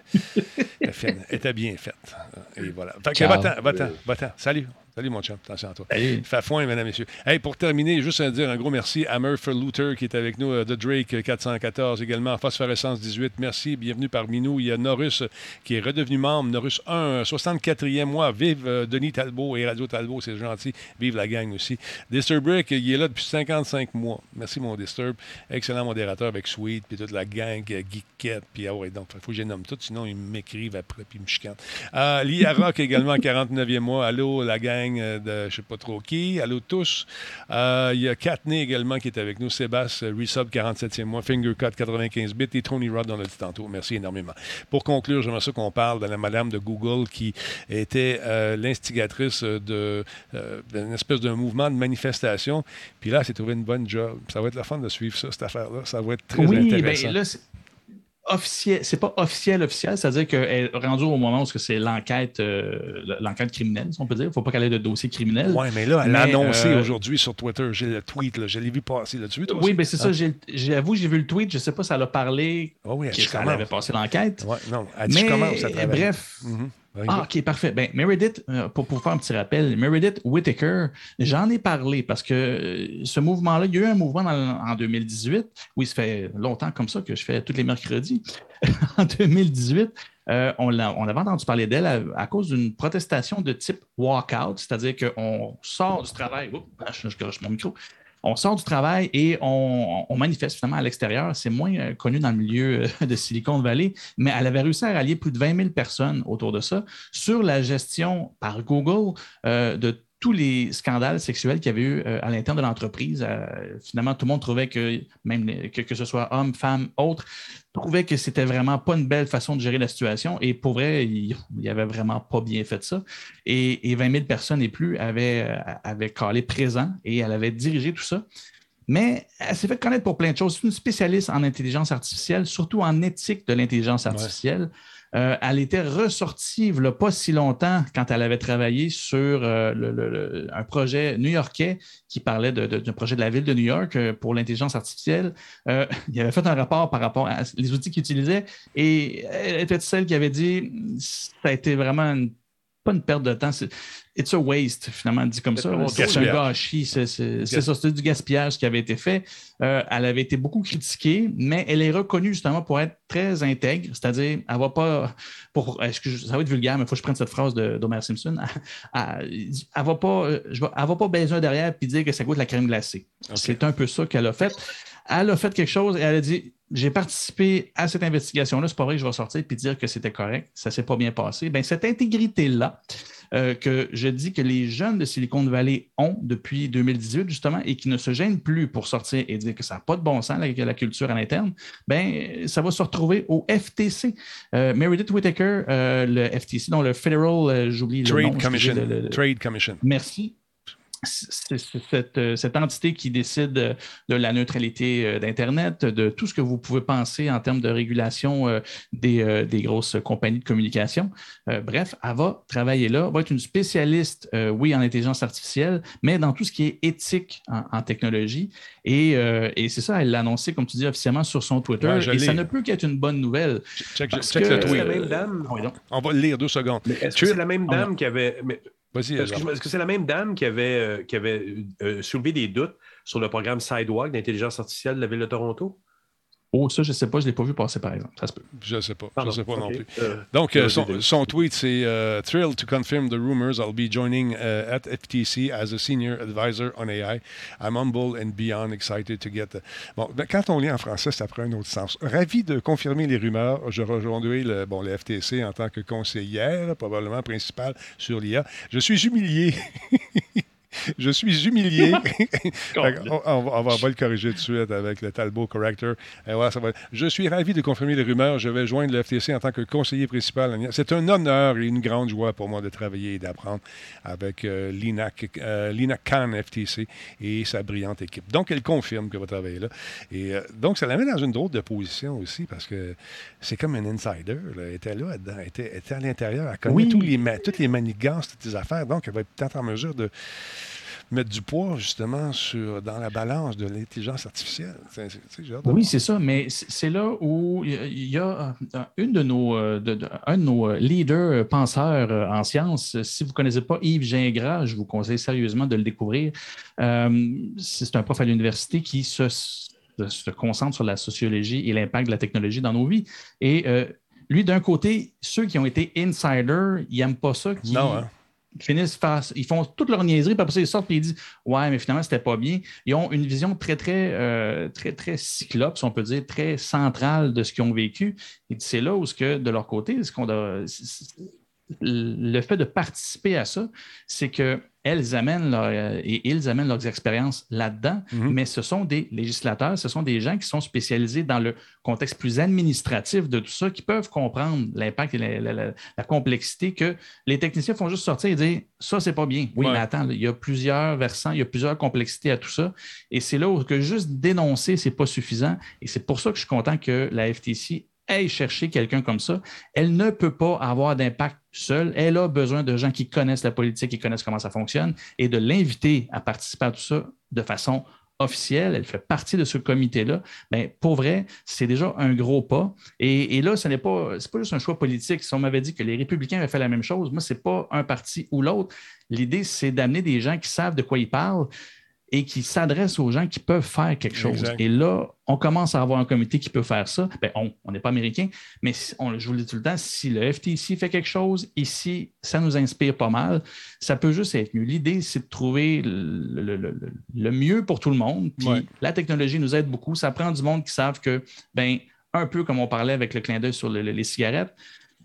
Elle était bien faite. Et voilà. Fait que va-t'en. Salut, mon chum. Attention à toi. Salut. Fafouin, mesdames, messieurs. Hey, pour terminer, juste à dire un gros merci à Murphy Luther qui est avec nous, de Drake 414 également, Phosphorescence 18. Merci, bienvenue parmi nous. Il y a Norus qui est redevenu membre. Norus 1, 64e mois. Vive Denis Talbot et Radio Talbot, c'est gentil. Vive la gang aussi. Disturbrick, il est là depuis 55 mois. Merci, mon Disturb. Excellent modérateur avec Sweet, puis toute la gang, Geekette, puis donc, il faut que je les nomme toutes, sinon ils m'écrivent après, puis ils me chicanent. Lia Rock également, 49e mois. Allô, la gang de je ne sais pas trop qui. Allô, tous. Il y a Katney également qui est avec nous. Sébastien, Resub, 47e mois. Fingercut, 95 bits. Et Tony Rod, on l'a dit tantôt. Merci énormément. Pour conclure, j'aimerais ça qu'on parle de la madame de Google qui était l'instigatrice d'une espèce de mouvement de manifestation. Puis là, elle s'est trouvé une bonne job. Ça va être la fun de suivre ça, cette affaire-là. Ça va être très intéressant. Là, c'est pas officiel, c'est-à-dire qu'elle est rendue au moment où c'est l'enquête criminelle, si on peut dire. Il ne faut pas qu'elle ait de dossier criminel. Oui, mais là, elle l'a annoncé aujourd'hui sur Twitter. J'ai le tweet, là, je l'ai vu passer là-dessus. Oui, mais c'est ça. J'avoue, j'ai vu le tweet. Je ne sais pas si elle a parlé qu'elle avait passé l'enquête. Oui, non, elle dit je commence à travailler. Bref. OK, parfait. Meredith, pour faire un petit rappel, Meredith Whittaker, j'en ai parlé parce que ce mouvement-là, il y a eu un mouvement en 2018. Oui, ça fait longtemps comme ça que je fais tous les mercredis. En 2018, on avait entendu parler d'elle à cause d'une protestation de type walkout, c'est-à-dire qu'on sort du travail. Je garoche mon micro. On sort du travail et on manifeste finalement à l'extérieur. C'est moins connu dans le milieu de Silicon Valley, mais elle avait réussi à rallier plus de 20 000 personnes autour de ça sur la gestion par Google de tous les scandales sexuels qu'il y avait eu à l'interne de l'entreprise. Finalement, tout le monde trouvait que, même que ce soit hommes, femmes, autres, trouvait que c'était vraiment pas une belle façon de gérer la situation. Et pour vrai, il avait vraiment pas bien fait ça. Et 20 000 personnes et plus avaient callé présent et elle avait dirigé tout ça. Mais elle s'est fait connaître pour plein de choses. C'est une spécialiste en intelligence artificielle, surtout en éthique de l'intelligence artificielle. Ouais. Elle était ressortie il n'y a pas si longtemps quand elle avait travaillé sur un projet new-yorkais qui parlait d'un projet de la ville de New York pour l'intelligence artificielle. Il avait fait un rapport par rapport à les outils qu'il utilisait et elle était celle qui avait dit ça a été vraiment pas une perte de temps, it's a waste, finalement, dit comme ça. C'est un gâchis, c'est ça, c'était du gaspillage qui avait été fait. Elle avait été beaucoup critiquée, mais elle est reconnue justement pour être très intègre, c'est-à-dire, elle va pas, ça va être vulgaire, mais il faut que je prenne cette phrase d'Homer Simpson, elle va pas baiser un derrière et dire que ça goûte la crème glacée. Okay. C'est un peu ça qu'elle a fait. Elle a fait quelque chose et elle a dit j'ai participé à cette investigation-là, c'est pas vrai que je vais sortir et dire que c'était correct, ça s'est pas bien passé. Bien, cette intégrité-là, que je dis que les jeunes de Silicon Valley ont depuis 2018, justement, et qui ne se gênent plus pour sortir et dire que ça n'a pas de bon sens, la culture à l'interne, bien, ça va se retrouver au FTC. Meredith Whittaker, le FTC, dont le Federal, j'oublie le nom. Trade Commission. Merci. C'est cette entité qui décide de la neutralité d'Internet, de tout ce que vous pouvez penser en termes de régulation des grosses compagnies de communication. Bref, elle va travailler là, va être une spécialiste, oui, en intelligence artificielle, mais dans tout ce qui est éthique en technologie. Et c'est ça, elle l'a annoncé, comme tu dis, officiellement sur son Twitter. Ouais, et ça ne peut qu'être une bonne nouvelle. Check le tweet. La même dame. On va le lire 2 secondes. Est-ce que c'est la même dame qui avait... Est-ce que c'est la même dame qui avait soulevé des doutes sur le programme Sidewalk d'intelligence artificielle de la Ville de Toronto? Oh, ça, je ne sais pas. Je ne l'ai pas vu passer, par exemple. Ça se peut. Je ne sais pas. Je ne sais pas non plus. Donc, son tweet, c'est « Thrilled to confirm the rumors. I'll be joining at FTC as a senior advisor on AI. I'm humble and beyond excited to get... » Bon, quand on lit en français, ça prend un autre sens. Ravi de confirmer les rumeurs. Je rejoindrai le FTC en tant que conseillère, probablement principale sur l'IA. Je suis humilié. Je suis humilié. on va le corriger tout de suite avec le Talbot Corrector. Voilà, je suis ravi de confirmer les rumeurs. Je vais joindre le FTC en tant que conseiller principal. C'est un honneur et une grande joie pour moi de travailler et d'apprendre avec Lina Khan FTC et sa brillante équipe. Donc, elle confirme qu'elle va travailler là. Et donc, ça la met dans une drôle de position aussi parce que c'est comme un insider. Là. Elle était là-dedans. Elle était à l'intérieur. Elle connaît toutes les manigances, toutes les affaires. Donc, elle va être peut-être en mesure de mettre du poids, justement, dans la balance de l'intelligence artificielle. Oui, c'est ça, mais c'est là où il y a un de nos leaders penseurs en sciences. Si vous ne connaissez pas Yves Gingras, je vous conseille sérieusement de le découvrir. C'est un prof à l'université qui se concentre sur la sociologie et l'impact de la technologie dans nos vies. Et lui, d'un côté, ceux qui ont été insiders, ils n'aiment pas ça. Ils font toute leur niaiserie, puis après ça, ils sortent et ils disent « Ouais, mais finalement, c'était pas bien. » Ils ont une vision très cyclope, si on peut dire, très centrale de ce qu'ils ont vécu. Et c'est là où, de leur côté, le fait de participer à ça, c'est que ils amènent leurs expériences là-dedans, mais ce sont des législateurs, ce sont des gens qui sont spécialisés dans le contexte plus administratif de tout ça, qui peuvent comprendre l'impact et la complexité que les techniciens font juste sortir et dire « ça, c'est pas bien ». Oui, mais attends, il y a plusieurs versants, il y a plusieurs complexités à tout ça, et c'est là où que juste dénoncer, c'est pas suffisant, et c'est pour ça que je suis content que la FTC aille chercher quelqu'un comme ça. Elle ne peut pas avoir d'impact seule. Elle a besoin de gens qui connaissent la politique, qui connaissent comment ça fonctionne, et de l'inviter à participer à tout ça de façon officielle. Elle fait partie de ce comité-là. Bien, pour vrai, c'est déjà un gros pas. Et là, c'est pas juste un choix politique. Si on m'avait dit que les républicains avaient fait la même chose, moi, ce n'est pas un parti ou l'autre. L'idée, c'est d'amener des gens qui savent de quoi ils parlent et qui s'adresse aux gens qui peuvent faire quelque chose. Exact. Et là, on commence à avoir un comité qui peut faire ça. Bien, on n'est pas américain, mais je vous le dis tout le temps, si le FTC fait quelque chose, ici, ça nous inspire pas mal. Ça peut juste être mieux. L'idée, c'est de trouver le mieux pour tout le monde. Puis la technologie nous aide beaucoup. Ça prend du monde qui savent que, un peu comme on parlait avec le clin d'œil sur les cigarettes,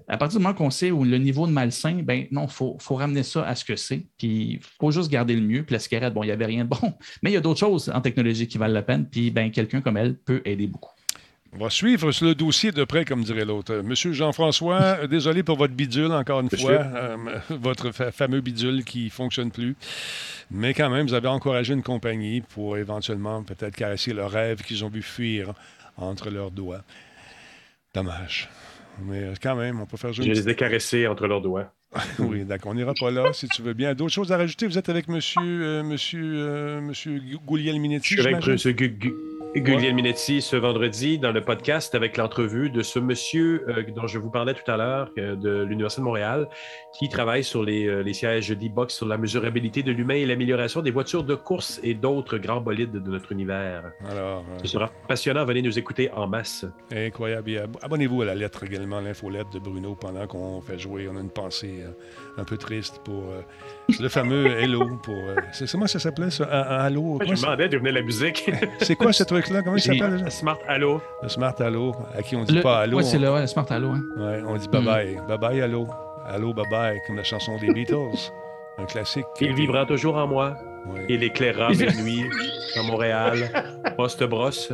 à partir du moment qu'on sait où le niveau de malsain, ben non, faut ramener ça à ce que c'est. Puis il faut juste garder le mieux. Puis la cigarette, bon, il n'y avait rien de bon. Mais il y a d'autres choses en technologie qui valent la peine. Puis ben, quelqu'un comme elle peut aider beaucoup. On va suivre le dossier de près, comme dirait l'autre. Monsieur Jean-François, désolé pour votre bidule, encore une fois. Votre fameux bidule qui ne fonctionne plus. Mais quand même, vous avez encouragé une compagnie pour éventuellement peut-être caresser le rêve qu'ils ont vu fuir entre leurs doigts. Dommage. Mais quand même, on peut faire jouer. Je les ai caressés entre leurs doigts. Oui, d'accord. On n'ira pas là, si tu veux bien. D'autres choses à rajouter? Vous êtes avec monsieur Guglielminetti, je suis avec monsieur Guglielminetti ce vendredi dans le podcast avec l'entrevue de ce monsieur dont je vous parlais tout à l'heure de l'Université de Montréal qui travaille sur les sièges d'e-box sur la mesurabilité de l'humain et l'amélioration des voitures de course et d'autres grands bolides de notre univers. Alors, ce sera passionnant. Venez nous écouter en masse. Incroyable. Et abonnez-vous à la lettre également, l'infolette de Bruno pendant qu'on fait jouer. On a une pensée un peu triste pour le fameux Hello. C'est comment ça s'appelait, ça? Un Hello? Je me demandais d'où venait la musique. C'est quoi ce truc-là? Comment il s'appelle? Smart Allo. Le Smart Allo, à qui on dit pas Allo. Oui, c'est le Smart Allo. Hein. Ouais, on dit bye-bye. Bye-bye, Allo. Allo, bye-bye, comme la chanson des Beatles. Un classique. Il vivra toujours en moi. Oui. Il éclairera mes nuits à Montréal. Poste-brosse.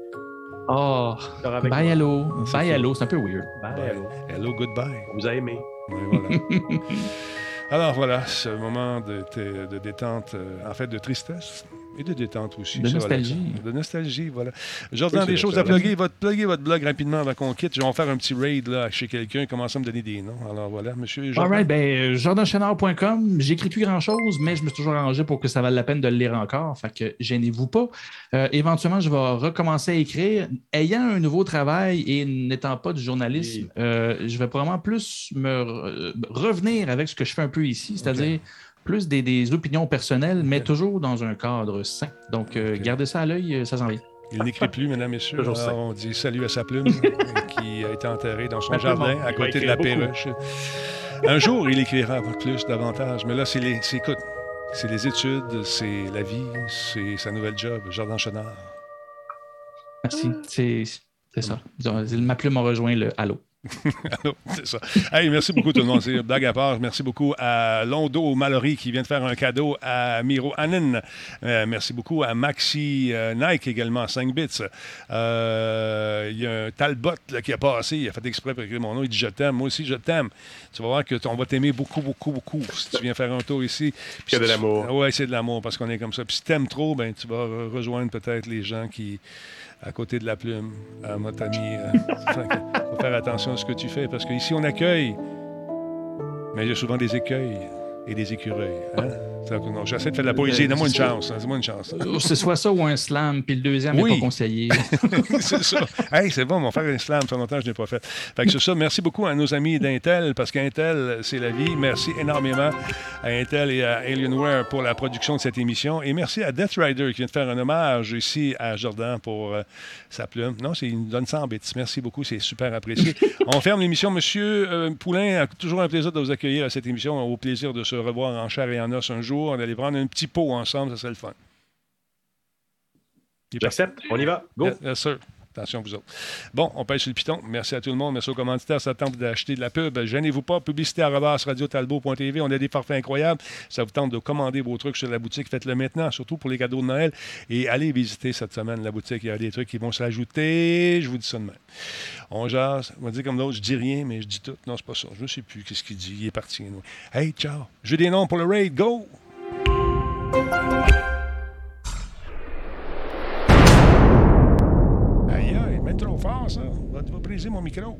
Oh, bye Allo. Bye Allo, c'est un peu weird. Bye Allo. Hello, goodbye. On vous a aimé. Oui, voilà. Alors voilà, ce moment de détente, en fait de tristesse et de détente aussi. De nostalgie. De nostalgie, voilà. Jordan, des choses à plugger. Plugger votre blog rapidement avant qu'on quitte. Je vais en faire un petit raid là, chez quelqu'un. Commencez à me donner des noms. Alors voilà, monsieur Jordan. All right, jordanchenard.com. J'écris plus grand-chose, mais je me suis toujours arrangé pour que ça vaille la peine de le lire encore. Fait que gênez-vous pas. Éventuellement, je vais recommencer à écrire. Ayant un nouveau travail et n'étant pas du journalisme, je vais probablement plus me revenir avec ce que je fais un peu ici, c'est-à-dire plus des opinions personnelles, mais toujours dans un cadre sain. Donc, gardez ça à l'œil, ça s'en vient. Il n'écrit plus, mesdames et messieurs. Alors, on dit salut à sa plume qui a été enterrée dans son jardin à côté de la perruche. Un jour, il écrira plus, davantage. Mais là, c'est les études, c'est la vie, c'est sa nouvelle job, Jordan Chenard. Merci. C'est ça. Ma plume a rejoint le Allô. C'est ça. Hey, merci beaucoup tout le monde. C'est blague à part. Merci beaucoup à Londo Mallory qui vient de faire un cadeau à Miro Hannen. Merci beaucoup à Maxi Nike également, 5 bits. Il y a un Talbot là, qui a passé. Il a fait exprès pour écrire mon nom. Il dit « Je t'aime ». Moi aussi, je t'aime. Tu vas voir qu'on va t'aimer beaucoup, beaucoup, beaucoup si tu viens faire un tour ici. Il y a de l'amour. Oui, c'est de l'amour parce qu'on est comme ça. Puis si tu aimes trop, ben, tu vas rejoindre peut-être les gens qui... à côté de la plume, à notre ami. Il faut faire attention à ce que tu fais, parce qu'ici, on accueille, mais il y a souvent des écueils et des écureuils. Hein? Non, j'essaie de faire de la poésie. Donne-moi une chance. Donne-moi une chance. C'est soit ça ou un slam, puis le deuxième n'est pas conseillé. C'est ça. Hey, c'est bon, on va faire un slam. Ça fait longtemps que je n'ai pas fait. Fait que c'est ça. Merci beaucoup à nos amis d'Intel, parce qu'Intel, c'est la vie. Merci énormément à Intel et à Alienware pour la production de cette émission. Et merci à Death Rider qui vient de faire un hommage ici à Jordan pour sa plume. Non, il nous donne 100 bits. Merci beaucoup. C'est super apprécié. On ferme l'émission. Monsieur Poulain, toujours un plaisir de vous accueillir à cette émission. Au plaisir de se revoir en chair et en os un jour. On va aller prendre un petit pot ensemble, ça serait le fun. J'accepte, on y va. Go! Yes, sir. Attention, vous autres. Bon, on pèse sur le piton. Merci à tout le monde. Merci aux commanditaires. Ça tente d'acheter de la pub. Gênez-vous pas. Publicité@radiotalbot.tv. On a des forfaits incroyables. Ça vous tente de commander vos trucs sur la boutique. Faites-le maintenant, surtout pour les cadeaux de Noël. Et allez visiter cette semaine la boutique. Il y a des trucs qui vont se rajouter. Je vous dis ça demain. On jase. On va dire comme l'autre, je dis rien, mais je dis tout. Non, c'est pas ça. Je ne sais plus qu'est-ce qu'il dit. Il est parti. Hey, ciao. J'ai des noms pour le raid. Go! Aïe, aïe, mets trop fort, ça. Tu vas briser mon micro.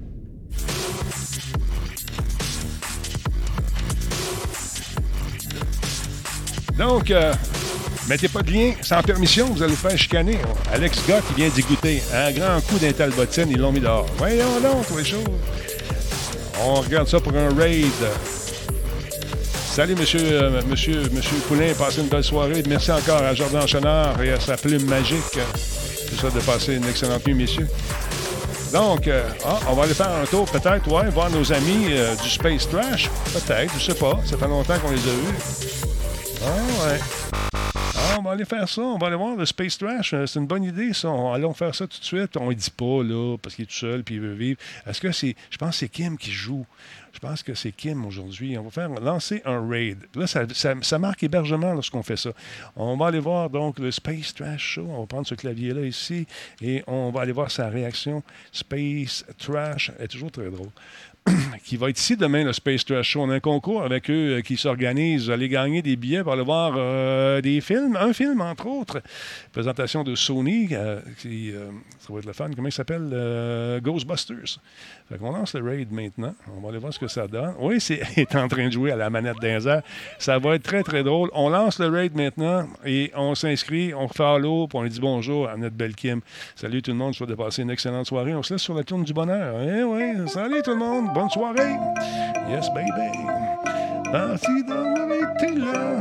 Donc, mettez pas de lien sans permission, vous allez vous faire chicaner. Alex Gott, qui vient d'y goûter. Un grand coup d'Intel bottine, ils l'ont mis dehors. Voyons donc, tous les jours. On regarde ça pour un raid. Salut, monsieur Poulain. Passez une belle soirée. Merci encore à Jordan Chenard et à sa plume magique. C'est ça de passer une excellente nuit, messieurs. Donc, on va aller faire un tour, peut-être, voir nos amis du Space Trash. Peut-être, je sais pas. Ça fait longtemps qu'on les a vus. Ah, ouais. Ah, on va aller faire ça. On va aller voir le Space Trash. C'est une bonne idée, ça. Allons faire ça tout de suite. On ne dit pas, là, parce qu'il est tout seul puis il veut vivre. Est-ce que c'est... Je pense que c'est Kim qui joue. Je pense que c'est Kim aujourd'hui. On va faire lancer un raid. Là, ça marque hébergement lorsqu'on fait ça. On va aller voir donc le Space Trash Show. On va prendre ce clavier-là ici et on va aller voir sa réaction. Space Trash est toujours très drôle. Qui va être ici demain, le Space Trash Show. On a un concours avec eux qui s'organise. Vous allez gagner des billets pour aller voir des films. Un film, entre autres. Présentation de Sony. Ça va être le fun. Comment il s'appelle? Ghostbusters. Fait qu'on lance le raid maintenant. On va aller voir ce que ça donne. Oui, il est en train de jouer à la manette d'un air. Ça va être très, très drôle. On lance le raid maintenant et on s'inscrit, on follow, puis on lui dit bonjour à notre belle Kim. Salut tout le monde, je souhaite de passer une excellente soirée. On se laisse sur la tourne du bonheur. Eh oui, salut tout le monde, bonne soirée. Yes, baby. Parti dans la vérité là.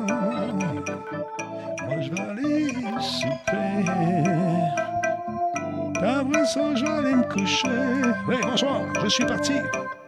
Moi, je vais aller souper. Après ça, je vais aller me coucher. Hey, bonsoir, je suis parti.